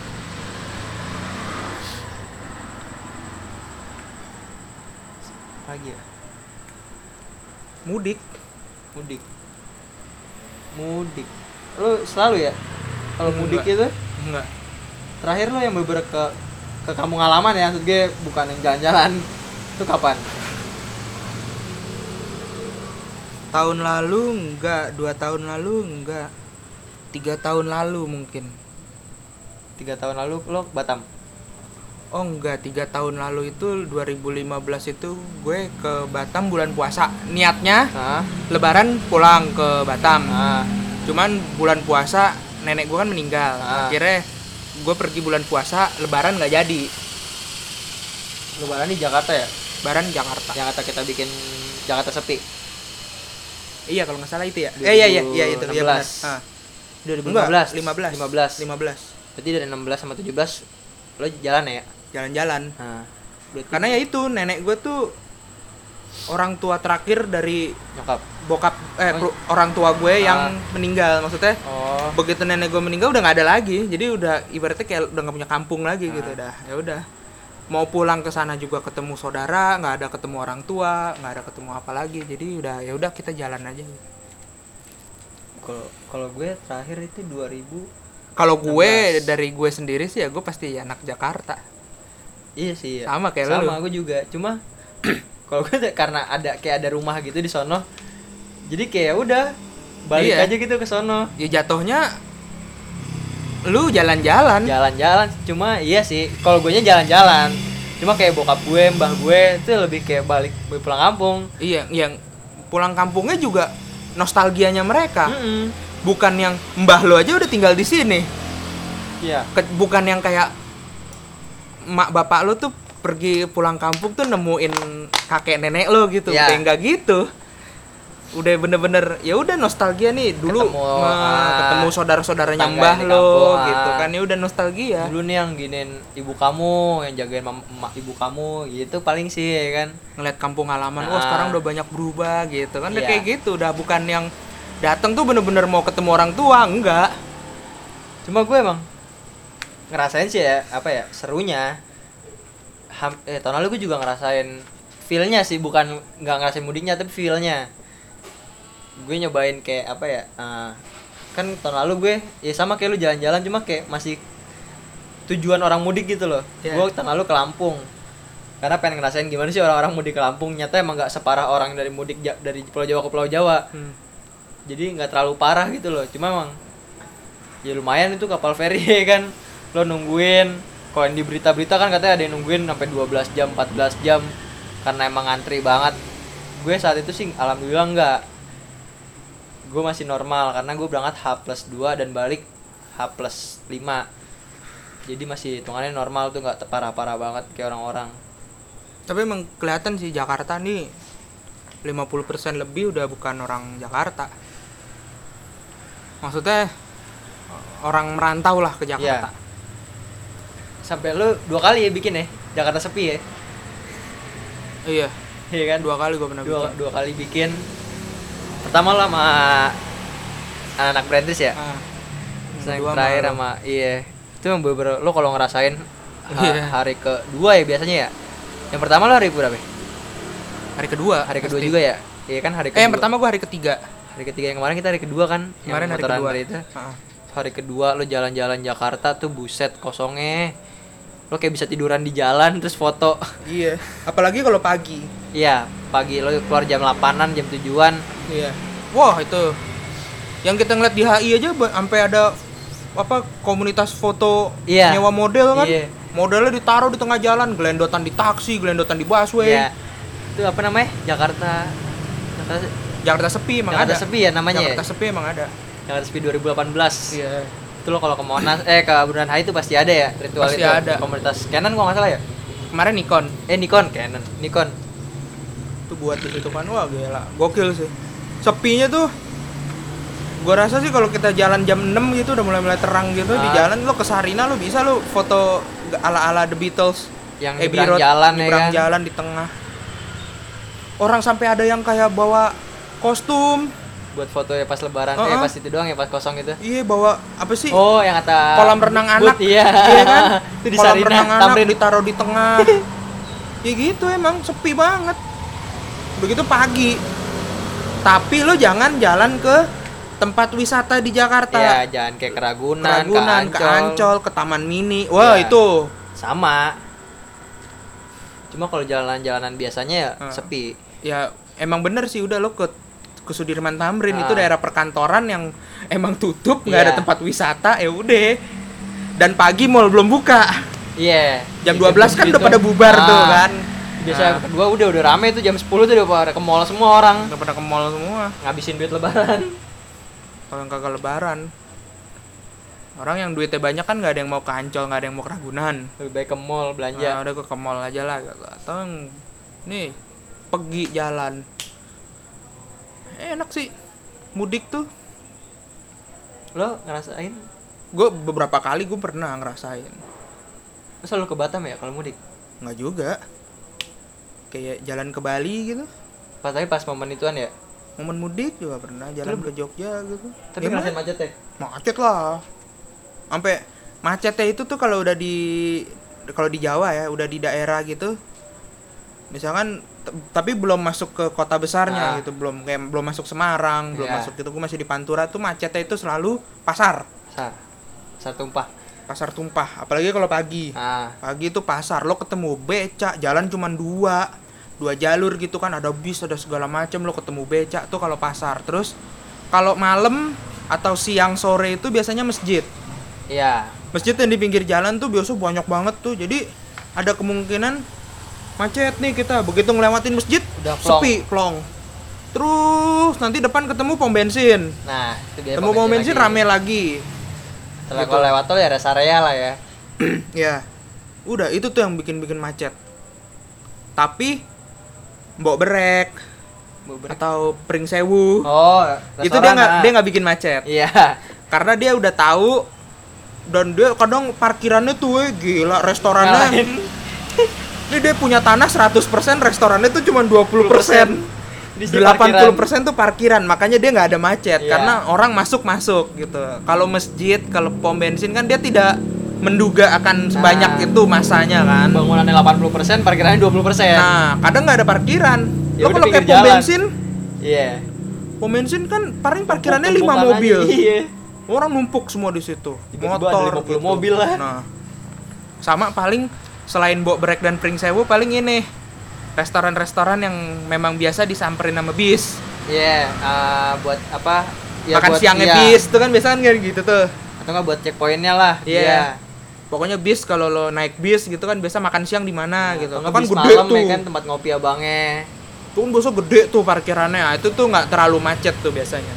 Pagi ya? Mudik. Lu selalu ya kalau mudik itu? Enggak. Terakhir lu yang bener ke kampung halaman ya, maksud gue bukan yang jalan-jalan. Itu kapan? Tahun lalu enggak, 2 tahun lalu enggak, 3 tahun lalu mungkin. 3 tahun lalu lo ke Batam? Oh enggak, 3 tahun lalu itu 2015 itu gue ke Batam bulan puasa. Niatnya Lebaran pulang ke Batam. Cuman bulan puasa nenek gue kan meninggal. Akhirnya gue pergi bulan puasa, Lebaran nggak jadi. Lebaran di Jakarta ya? Lebaran Jakarta. Jakarta kita bikin Jakarta sepi. Iya kalau nggak salah itu ya. Iya itu. Iya benar. 2015. 15. Berarti dari 16 sama 17 lo jalan ya? Jalan-jalan. Nah, berarti Karena ya itu nenek gue tuh orang tua terakhir dari nyokap. bokap orang tua gue yang meninggal. Maksudnya Oh. begitu nenek gue meninggal udah nggak ada lagi. Jadi udah ibaratnya kayak udah nggak punya kampung lagi gitu dah. Ya udah. Mau pulang ke sana juga ketemu saudara, nggak ada ketemu orang tua, nggak ada ketemu apa lagi. Jadi udah ya udah kita jalan aja. Kalau gue terakhir itu 2000. Kalau gue dari gue sendiri sih ya gue pasti anak Jakarta. Iya sih. Ya. Sama kayak lu. Sama gue juga. Cuma kalau gue karena ada rumah gitu di sono. Jadi kayak udah balik aja gitu ke sono. Ya jatuhnya lu jalan-jalan. Jalan-jalan. Cuma iya sih. Kalau gue nya jalan-jalan. Cuma kayak bokap gue, mbah gue itu lebih kayak balik pulang kampung. Iya, yang pulang kampungnya juga nostalgianya mereka. Bukan yang mbah lo aja udah tinggal di sini. Iya. Bukan yang kayak mak bapak lo tuh pergi pulang kampung tuh nemuin kakek nenek lo gitu. Ya. Udah enggak gitu. Udah bener-bener ya udah nostalgia nih dulu ketemu saudara-saudaranya mbah lo gitu kan, ya udah nostalgia. Dulu nih yang giniin ibu kamu, yang jagain emak ibu kamu gitu paling sih ya kan. Ngeliat kampung halaman, sekarang udah banyak berubah gitu kan. Udah Iya. kayak gitu, udah bukan yang datang tuh bener-bener mau ketemu orang tua, enggak. Cuma gue emang ngerasain sih ya, apa ya, serunya. Tahun lalu gue juga ngerasain feel-nya sih, bukan nggak ngerasain mudiknya tapi feel-nya. Gue nyobain kayak apa ya, kan tahun lalu gue ya sama kayak lu jalan-jalan, cuma kayak masih tujuan orang mudik gitu loh. Yeah. Gue tahun lalu ke Lampung karena pengen ngerasain gimana sih orang-orang mudik ke Lampung. Nyata emang nggak separah orang dari mudik dari Pulau Jawa ke Pulau Jawa. Jadi nggak terlalu parah gitu loh. Cuma emang ya lumayan itu kapal feri ya kan, lo nungguin. Kalau yang di berita-berita kan katanya ada yang nungguin sampai 12 jam 14 jam karena emang ngantri banget. Gue saat itu sih alhamdulillah enggak. Gue masih normal karena gue berangkat H+2 dan balik H+5. Jadi masih hitungannya normal tuh, nggak parah-parah banget kayak orang-orang. Tapi emang kelihatan sih Jakarta nih 50% lebih udah bukan orang Jakarta. Maksudnya orang merantau lah ke Jakarta. Iya. Sampai lu 2 kali ya bikin ya Jakarta sepi ya. Iya. Iya kan? 2 kali gue pernah bikin. 2 kali bikin. Pertama lo sama anak Brantis ya. Yang terakhir sama itu yang bener lo kalau ngerasain hari kedua ya biasanya ya. Yang pertama lo hari berapa? Hari kedua. Hari kedua juga ya. Iya kan hari kedua. Yang pertama gue hari ketiga. Hari ketiga, yang kemarin kita hari kedua kan. Kemarin hari kedua. Itu. Hari kedua lo jalan-jalan Jakarta tuh buset kosongnya. Lo kayak bisa tiduran di jalan terus foto. Iya. Apalagi kalau pagi. Iya, pagi lo keluar jam 8-an, jam 7-an. Iya. Wah, itu. Yang kita ngeliat di HI aja sampai ada apa komunitas foto nyewa model kan. Iya. Modelnya ditaruh di tengah jalan, gelendotan di taksi, gelendotan di busway. Iya. Itu apa namanya? Jakarta Sepi emang Jakarta ada. Sepi ya namanya. Jakarta Sepi emang ada. Jakarta Sepi 2018. Iya. Itu lo kalau ke Monas ke Bundaran HI itu pasti ada ya ritual pasti itu. Ada. Komunitas Canon gua enggak salah ya? Kemarin Nikon. Nikon. Itu buat di situ kan, wah gila. Gokil sih. Sepinya tuh gua rasa sih kalau kita jalan jam 6 gitu udah mulai terang gitu di jalan, lo ke Sarina lo bisa lo foto ala-ala The Beatles yang nyebrang jalan ya kan. Jalan di tengah. Orang sampai ada yang kayak bawa kostum buat foto ya pas lebaran, pas itu doang ya pas kosong itu. Iya, bawa apa sih? Oh, yang kata kolam renang anak. Iya. Iya kan? Itu di kolam Sarina, renang anak Tamrin ditaruh di tengah. Ya gitu emang sepi banget. Begitu pagi. Tapi lo jangan jalan ke tempat wisata di Jakarta. Iya, jangan kayak Keragunan, ke Ancol, ke Taman Mini. Wah, ya, itu sama. Cuma kalau jalan-jalanan biasanya ya sepi. Ya, emang bener sih udah lo ke Sudirman Tamrin itu daerah perkantoran yang emang tutup, nggak ada tempat wisata, ya udah. Dan pagi mall belum buka. Iya. Jam 12 kan udah pada bubar tuh kan. Biasa kedua udah rame tuh jam 10 tuh udah pada ke mall semua orang. Udah pada ke mall semua. Ngabisin duit lebaran. Kalau yang kagak lebaran. Orang yang duitnya banyak kan nggak ada yang mau ke Ancol, nggak ada yang mau ke Ragunan. Lebih baik ke mall belanja. Udah ke mall aja lah. Atau nih pergi jalan. enak sih mudik tuh. Lo ngerasain? Gue beberapa kali gue pernah ngerasain. Lo selalu ke Batam ya kalau mudik? Nggak juga, kayak jalan ke Bali gitu. Tapi pas momen ituan ya? Momen mudik juga pernah jalan ke Jogja gitu. Tapi ngerasain macet ya? Macet lah. Sampai macetnya itu tuh kalau di Jawa ya, udah di daerah gitu. Misalkan tapi belum masuk ke kota besarnya gitu, belum masuk Semarang, belum masuk gitu. Gue masih di Pantura tuh macetnya itu selalu pasar tumpah. Pasar tumpah, apalagi kalau pagi. Pagi itu pasar, lo ketemu becak, jalan cuma dua jalur gitu kan, ada bis, ada segala macam, lo ketemu becak tuh kalau pasar. Terus kalau malam atau siang sore itu biasanya masjid. Iya. Masjid yang di pinggir jalan tuh biasa banyak banget tuh, jadi ada kemungkinan macet nih kita. Begitu ngelewatin masjid, udah sepi, plong. Terus nanti depan ketemu pom bensin. Nah, itu dia. Ketemu pom bensin rame lagi. Setelah kalau lewat tol ya rest area lah ya. Ya. Udah, itu tuh yang bikin macet. Tapi Mbok Brek atau Pring Sewu. Oh, itu dia nggak bikin macet. Iya. Karena dia udah tahu, dan dia kadang parkirannya tuh gila, restorannya. Ini dia punya tanah 100%, restorannya tuh cuma 20%. 80% tuh parkiran, makanya dia nggak ada macet. Iya. Karena orang masuk gitu. Kalau masjid, kalau pom bensin kan dia tidak menduga akan sebanyak itu masanya kan. Bangunannya 80%, parkirannya 20%. Nah, kadang nggak ada parkiran. Ya lo kalau kayak pom bensin, pom bensin kan paling parkirannya 5 mobil. Iya. Orang numpuk semua di situ. Tiba-tiba motor ada 50 gitu. mobil lah. Nah, sama paling selain Mbok Brek dan Pring Sewu, paling ini restoran-restoran yang memang biasa disamperin sama bis. Iya, buat apa? Ya, makan buat siangnya bis tuh kan biasanya kan gitu tuh. Atau nggak buat checkpointnya lah. Iya. Pokoknya bis, kalau lo naik bis gitu kan biasa makan siang di mana gitu. Itu kan gede malam, tuh. Ya kan tempat ngopi abangnya. Tuh kan biasa gede tuh parkirannya. Nah, itu tuh nggak terlalu macet tuh biasanya.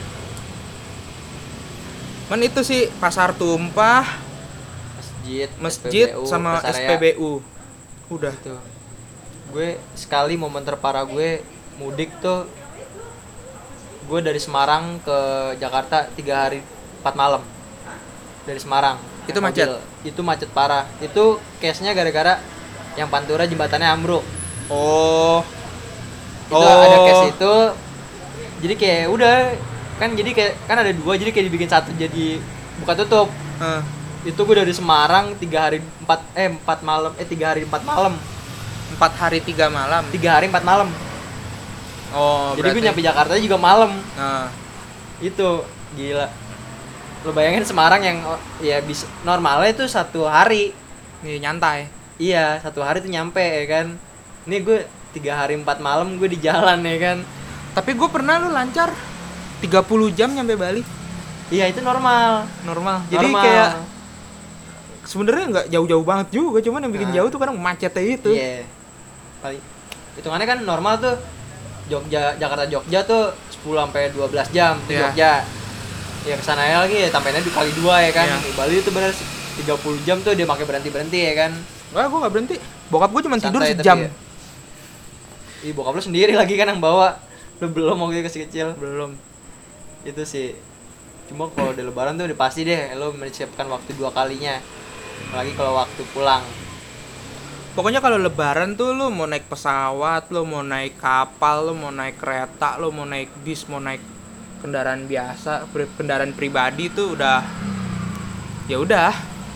Man itu sih pasar tumpah, masjid SPBU, sama SPBU. Udah. Gitu. Gue sekali momen terparah gue mudik tuh, gue dari Semarang ke Jakarta 3 hari 4 malam. Dari Semarang. Itu macet? Itu macet parah. Itu case-nya gara-gara yang Pantura jembatannya ambruk. Oh. Itu ada case itu. Jadi kayak udah kan, jadi kayak kan ada 2, jadi kayak dibikin satu jadi buka tutup. Itu gue dari Semarang 3 hari 4 malam 3 hari 4 malam. 4 hari 3 malam. 3 hari 4 malam. Oh, jadi gue nyampe Jakarta juga malam. Nah. Itu gila. Lo bayangin Semarang yang ya bisa normalnya itu 1 hari. Nih nyantai. Iya, 1 hari tuh nyampe ya kan. Ini gue 3 hari 4 malam gue di jalan ya kan. Tapi gue pernah lo lancar 30 jam nyampe Bali. Iya, itu normal. Jadi kayak sebenarnya nggak jauh-jauh banget juga, cuman yang bikin jauh tuh kadang macetnya itu. Iya. Paling hitungannya kan normal tuh Jakarta Jogja tuh 10 sampai 12 jam tuh Jogja. Ya kesana lagi ya tampainya dikali 2 ya kan. Di Bali itu bener 30 jam tuh dia pakai berhenti ya kan. Wah, gue nggak berhenti. Bokap gue cuma tidur sejam. Ih, bokap lu sendiri lagi kan yang bawa. Lu belum waktu kecil. Belum. Itu sih. Cuma kalau di lebaran tuh udah pasti deh lu menyiapkan waktu 2 kalinya. Apalagi kalau waktu pulang. Pokoknya kalau lebaran tuh lu mau naik pesawat, lu mau naik kapal, lu mau naik kereta, lu mau naik bis, mau naik kendaraan biasa, kendaraan pribadi tuh udah ya udah.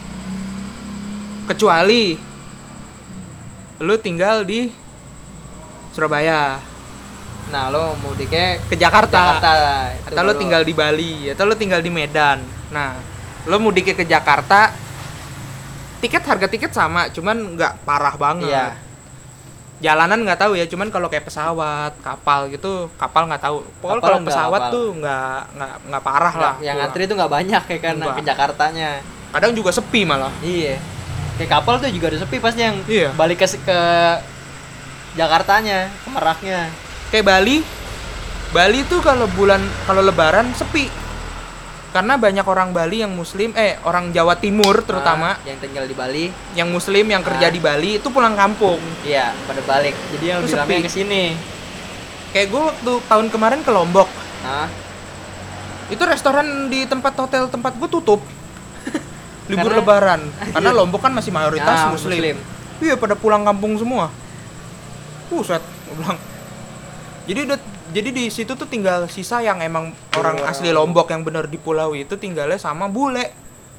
Kecuali lu tinggal di Surabaya. Nah, lo mudiknya ke Jakarta atau lo baru tinggal di Bali, atau lo tinggal di Medan. Nah, lo mudiknya ke Jakarta, harga tiket sama, cuman nggak parah banget. Iya. Jalanan nggak tahu ya, cuman kalau kayak pesawat, kapal gitu, kapal nggak tahu. Pokoknya kalau pesawat tuh nggak parah lah. Yang ngantri tuh nggak banyak ya kan ke Jakartanya. Kadang juga sepi malah. Iya. Kayak kapal tuh juga ada sepi pasti yang iya. Balik ke Jakartanya, ke Meraknya. Kayak Bali tuh kalau lebaran sepi. Karena banyak orang Bali yang muslim, orang Jawa Timur terutama yang tinggal di Bali, yang muslim yang kerja di Bali itu pulang kampung. Iya, pada balik. Jadi yang lebih ramai ke sini. Kayak gue waktu tahun kemarin ke Lombok. Ah, Itu restoran di tempat hotel tempat gue tutup. Libur Karena- lebaran. Karena Lombok kan masih mayoritas Ah, muslim. Iya, pada pulang kampung semua. Buset, gue bilang. Jadi di situ tuh tinggal sisa yang emang orang asli Lombok yang bener di pulau itu tinggalnya sama bule.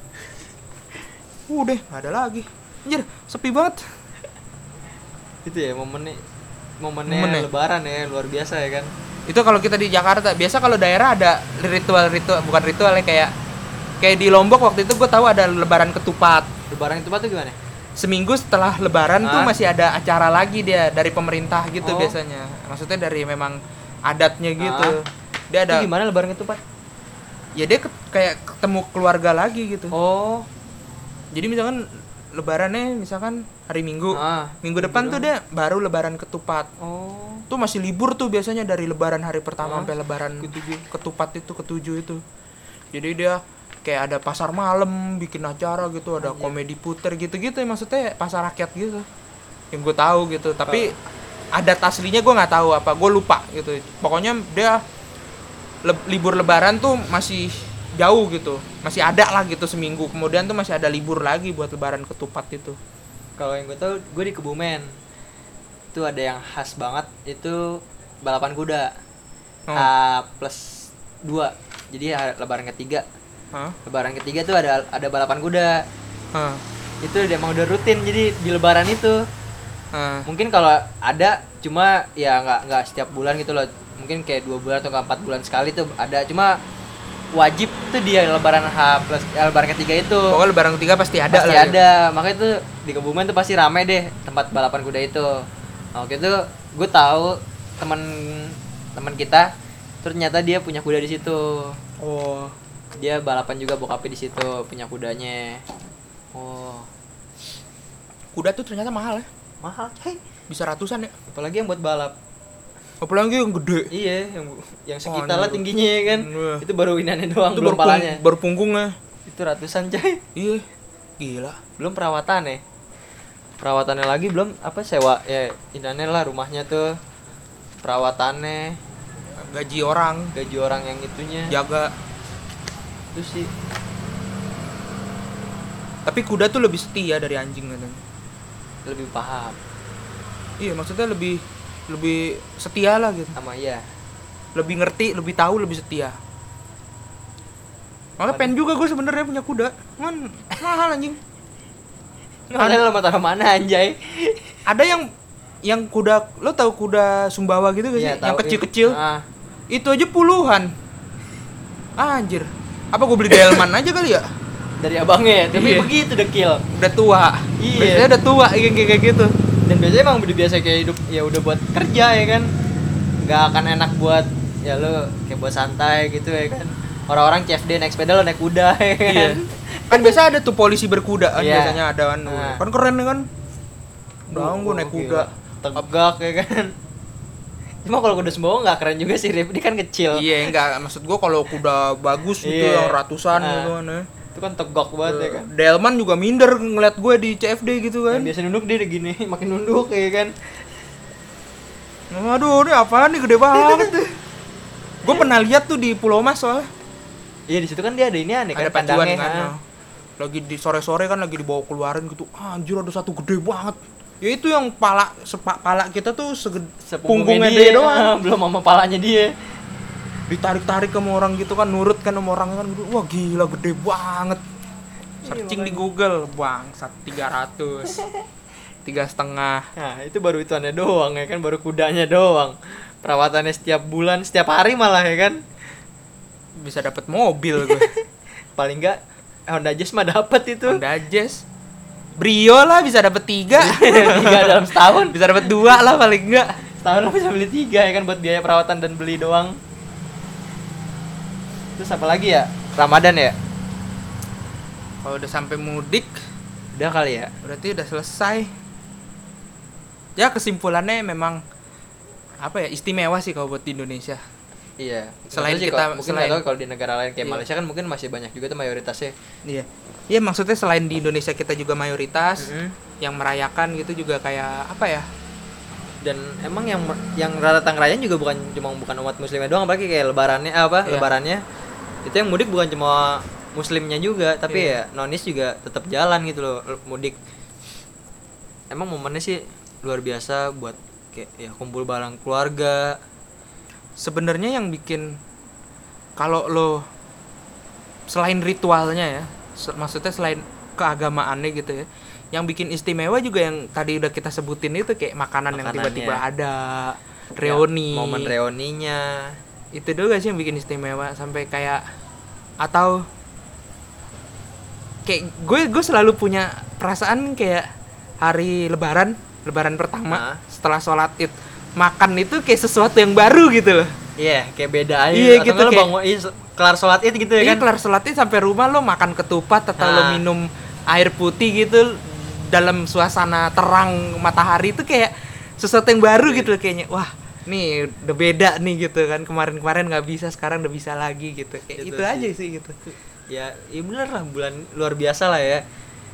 Udah, nggak ada lagi. Anjir, sepi banget. Itu ya momennya Momennya. lebaran ya, luar biasa ya kan. Itu kalau kita di Jakarta, biasa kalau daerah ada ritual-ritual, bukan ritual ya, kayak di Lombok waktu itu gue tahu ada lebaran ketupat. Lebaran itu gimana? Seminggu setelah lebaran tuh Ah. masih ada acara lagi dia dari pemerintah gitu Oh. biasanya. Maksudnya dari memang adatnya gitu. Ah. Dia ada Itu gimana lebaran ketupat? ya dia kayak ketemu keluarga lagi gitu. Oh, Jadi misalkan lebarannya misalkan hari Minggu. ah, Minggu depan tuh dia baru lebaran ketupat. oh, Tuh masih libur tuh biasanya dari lebaran hari pertama Ah. sampai lebaran Ketujuh. ketupat itu ketujuh itu. Jadi dia kayak ada pasar malam bikin acara gitu, ada komedi puter gitu-gitu ya, maksudnya pasar rakyat gitu. Yang gue tahu gitu, tapi adat aslinya gue nggak tahu apa, gue lupa gitu. Pokoknya dia libur lebaran tuh masih jauh gitu, masih ada lah gitu seminggu. Kemudian tuh masih ada libur lagi buat lebaran ketupat itu. kalau yang gue tahu gue di Kebumen. Itu ada yang khas banget, itu balapan kuda. Oh. H+2. Jadi lebaran ketiga. Hah? Lebaran ketiga tuh ada balapan kuda. Hah? Itu emang udah rutin jadi di lebaran itu. Hah? Mungkin kalau ada cuma ya nggak setiap bulan gitu loh. Mungkin kayak 2 bulan atau 4 bulan sekali tuh ada, cuma wajib tuh dia lebaran lebaran ketiga itu. Pokoknya lebaran ketiga pasti ada Pasti lah. Ya. ada. Makanya tuh di Kebumen tuh pasti rame deh tempat balapan kuda itu. Nah, waktu itu gue tahu teman kita ternyata dia punya kuda di situ. Oh. Dia balapan juga, bokapnya di situ punya kudanya. Oh, Kuda tuh ternyata mahal ya. mahal coy. Bisa ratusan ya. Apalagi yang buat balap. Apalagi yang gede. Iya, yang sekitar lah anjir. tingginya ya kan. Wah. Itu baru inannya doang, Itu belum palanya. baru punggungnya. Itu ratusan coy. Iya. Gila. Belum perawatan ya. Perawatannya lagi belum sewa ya inannya lah rumahnya tuh. Perawatannya, Gaji orang, gaji orang yang itunya. jaga. Itu sih. Tapi kuda tuh lebih setia dari anjing katanya. Lebih paham Iya, maksudnya lebih setia lah gitu. sama iya. Lebih ngerti, lebih tahu, lebih setia. Makanya pengen juga gue sebenarnya punya kuda. Cuman mahal anjing. Makanya lo mau taruh mana anjay? Ada yang kuda, lo tahu kuda Sumbawa gitu gak sih? Iya, Yang tahu. kecil-kecil. Ah, Itu aja puluhan. Anjir. Apa gue beli delman aja kali ya? dari abangnya, tapi Iya. begitu dekil. Udah tua. Iya. Biasanya udah tua kayak gitu. Dan biasanya emang udah biasa kayak hidup ya udah buat kerja ya kan. Nggak akan enak buat ya lo kayak buat santai gitu ya kan. Orang-orang CFD naik sepeda lo naik kuda ya kan. Iya. Kan biasa ada tuh polisi berkuda kan, Iya. biasanya ada kan. Nah. Kan keren kan. Udah gue naik kuda. Tegak ya kan. Cuma kalau kuda Sumbawa nggak keren juga sih, Rip. Dia kan kecil. Iya, enggak, maksud gua kalau kuda bagus gitu Iya. yang ratusan Nah. gitu kan ya. Itu kan tegak banget ya kan. Delman juga minder ngeliat gue di CFD gitu kan. Yang biasa nunduk dia udah gini, makin nunduk ya kan. Aduh, ini apaan nih, gede banget deh. Gue pernah lihat tuh di Pulau Mas soalnya. Iya di situ kan dia ada ini aneh kan Ada pacuan kandangnya, kan. ha. ya. Lagi di sore-sore kan lagi dibawa keluarin gitu. Anjir, ada satu gede banget. Ya itu yang pala kita tuh punggungnya dia doang. belum sama palanya dia. Ditarik-tarik sama orang gitu kan, nurut kan sama orang kan gitu. Wah, gila gede banget. Searching di Google, bangsat 300. 3,5. Nah itu baru ituannya doang ya kan, baru kudanya doang. Perawatannya setiap bulan, setiap hari malah ya kan. Bisa dapat mobil gue. Paling enggak Honda Jazz mah dapat itu. Honda Jazz. Brio lah bisa dapat 3. 3 dalam setahun. Bisa dapat 2 lah paling enggak. Setahun lo bisa beli 3 ya kan buat biaya perawatan dan beli doang. Terus apa lagi ya? Ramadan ya? Kalau udah sampai mudik, Udah kali ya? berarti udah selesai. Ya kesimpulannya memang apa ya, istimewa sih kalau buat di Indonesia. Iya. Selain Nggak tahu sih kita- mungkin selain- nggak tahu kalau di negara lain kayak Iya. Malaysia kan mungkin masih banyak juga tuh mayoritasnya. Iya. Iya, maksudnya selain di Indonesia kita juga mayoritas Mhm. yang merayakan gitu juga kayak apa ya? Dan emang yang datang ngerayain juga bukan umat muslimnya doang, apalagi kayak lebarannya lebarannya itu yang mudik bukan cuma muslimnya juga, tapi ya nonis juga tetap jalan gitu loh mudik. Emang momennya sih luar biasa buat kayak ya kumpul bareng keluarga. Sebenarnya yang bikin, kalau lo selain ritualnya ya, maksudnya selain keagamaannya gitu ya, yang bikin istimewa juga yang tadi udah kita sebutin itu, kayak makanan yang tiba-tiba ada, reuni, momen reuninya itu juga sih yang bikin istimewa. Sampai kayak, atau kayak gue selalu punya perasaan kayak hari lebaran pertama setelah sholat id, makan itu kayak sesuatu yang baru gitu loh. Iya, kayak beda aja. Iya atau gitu, lo kayak bangun kelar sholat id gitu ya kan. Kelar sholat id sampai rumah lo makan ketupat atau lo minum air putih gitu dalam suasana terang matahari, itu kayak sesuatu yang baru gitu kayaknya. Wah, nih udah beda nih gitu kan, kemarin nggak bisa, sekarang udah bisa lagi gitu. Kayak itu aja sih gitu. Ya bener lah, bulan luar biasa lah ya.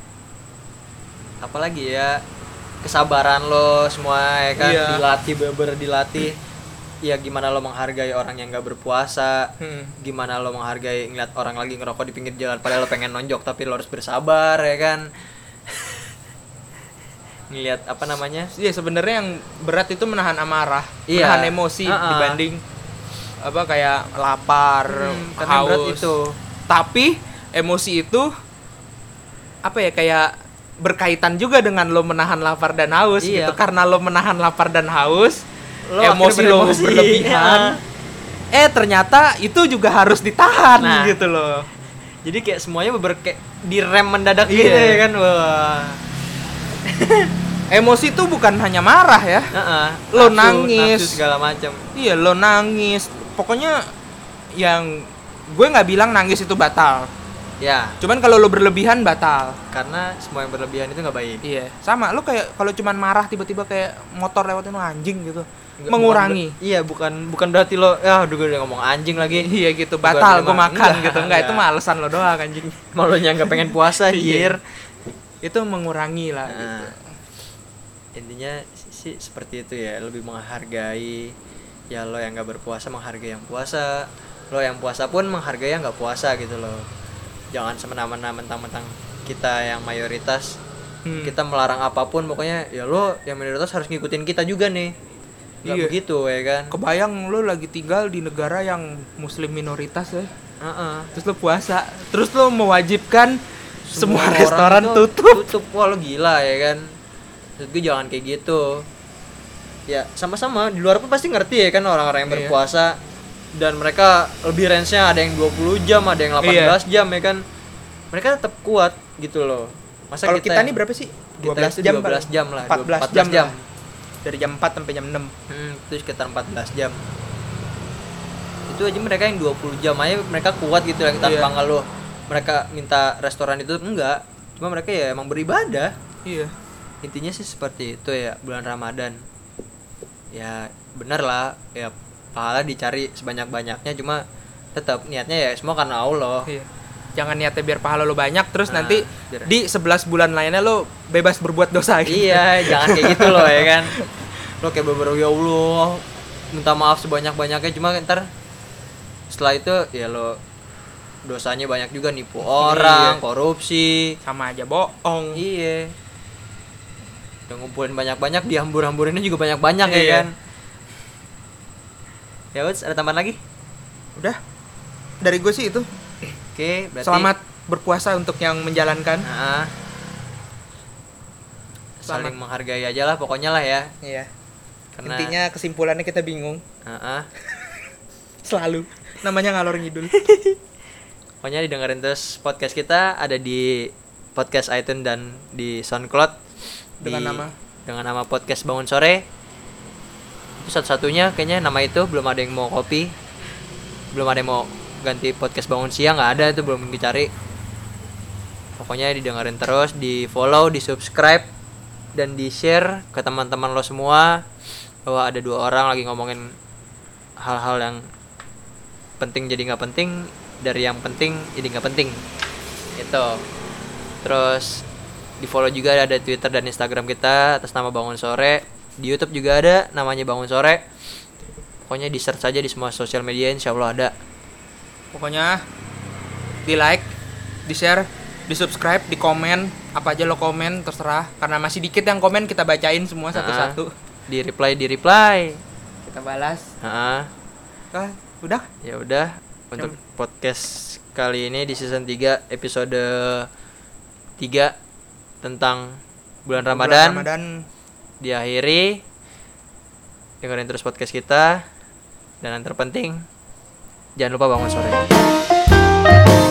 Apalagi ya kesabaran lo semua ya kan, dilatih, bener-bener dilatih. Ya gimana lo menghargai orang yang gak berpuasa, gimana lo menghargai ngeliat orang lagi ngerokok di pinggir jalan padahal lo pengen nonjok tapi lo harus bersabar ya kan. Ngeliat apa namanya? Iya, sebenarnya yang berat itu menahan amarah, menahan emosi dibanding apa kayak lapar, haus itu. Tapi emosi itu apa ya, kayak berkaitan juga dengan lo menahan lapar dan haus gitu. Karena lo menahan lapar dan haus, lo emosi lo berlebihan. Ternyata itu juga harus ditahan gitu loh. Jadi kayak semuanya kayak direm mendadak gitu ya kan. Wah. Emosi itu bukan hanya marah ya. Lo nangis, nafsu segala macam. Iya, lo nangis. Pokoknya yang gue nggak bilang nangis itu batal. Ya. Cuman kalau lo berlebihan batal. Karena semua yang berlebihan itu nggak baik. Iya. Sama, lo kayak kalau cuman marah tiba-tiba kayak motor lewatin lo anjing gitu. Mengurangi. Bukan berarti lo udah gue udah ngomong anjing lagi. Iya gitu, batal gue makan gitu. Enggak, itu mah alasan lo doang anjing. Malunya nggak pengen puasa anjir. Itu mengurangi lah gitu. Intinya sih seperti itu ya, lebih menghargai ya, lo yang nggak berpuasa menghargai yang puasa, lo yang puasa pun menghargai yang nggak puasa gitu loh. Jangan semena-mena mentang-mentang kita yang mayoritas kita melarang apapun, pokoknya ya lo yang mayoritas harus ngikutin kita juga nih. Nggak begitu ya kan. Kebayang lo lagi tinggal di negara yang muslim minoritas ya, terus lo puasa, terus lo mewajibkan semua restoran tutup. Wah, lo gila ya kan. Maksud gue jangan kayak gitu. Ya sama-sama di luar pun pasti ngerti ya kan orang-orang yang berpuasa. Dan mereka lebih range-nya, ada yang 20 jam, ada yang 18 jam ya kan. Mereka tetap kuat gitu loh. Masa kalau kita ini berapa sih? 12 jam 12 jam lah, 14 jam. Dari jam 4 sampai jam 6. Itu sekitar 14 jam. Itu aja mereka yang 20 jam aja mereka kuat gitu lah, tanpa ngeluh. Mereka minta restoran itu enggak. Cuma mereka ya emang beribadah. Iya. Intinya sih seperti itu ya, bulan Ramadan. Ya bener lah, ya pahala dicari sebanyak-banyaknya, cuma tetap niatnya ya semua karena Allah. Iya. Jangan niatnya biar pahala lo banyak terus nanti di 11 bulan lainnya lo bebas berbuat dosa gitu. Iya, jangan kayak gitu loh ya kan. Lo kayak beberapa ya Allah minta maaf sebanyak-banyaknya, cuma ntar setelah itu ya lo dosanya banyak juga, nipu orang, korupsi, sama aja bohong. Iya. Udah ngumpulin banyak-banyak, dihambur-hamburinnya juga banyak-banyak ya kan. Ya wes, ada tambahan lagi? Udah. Dari gue sih itu. Oke, berarti selamat berpuasa untuk yang menjalankan. Saling menghargai aja lah pokoknya lah ya. Iya. Karena intinya kesimpulannya kita bingung. Selalu. Namanya ngalor ngidul. Pokoknya didengerin terus podcast kita, ada di podcast iTunes dan di SoundCloud dengan nama podcast Bangun Sore. Itu satu-satunya kayaknya nama itu, belum ada yang mau copy, belum ada yang mau ganti podcast Bangun Siang, nggak ada, itu belum dicari. Pokoknya didengerin terus, di follow, di subscribe, dan di share ke teman-teman lo semua bahwa ada 2 orang lagi ngomongin hal-hal yang penting jadi nggak penting, dari yang penting jadi nggak penting itu. Terus di follow juga ada Twitter dan Instagram kita atas nama Bangun Sore. Di YouTube juga ada, namanya Bangun Sore. Pokoknya di search aja di semua sosial media, insya Allah ada. Pokoknya di like, di share, di subscribe, di komen, apa aja lo komen terserah. Karena masih dikit yang komen, kita bacain semua satu-satu. Di reply. Kita balas. Udah? Ya udah, untuk podcast kali ini di season 3 episode 3 tentang bulan Ramadan diakhiri. Dengerin terus podcast kita, dan yang terpenting jangan lupa bangun sore.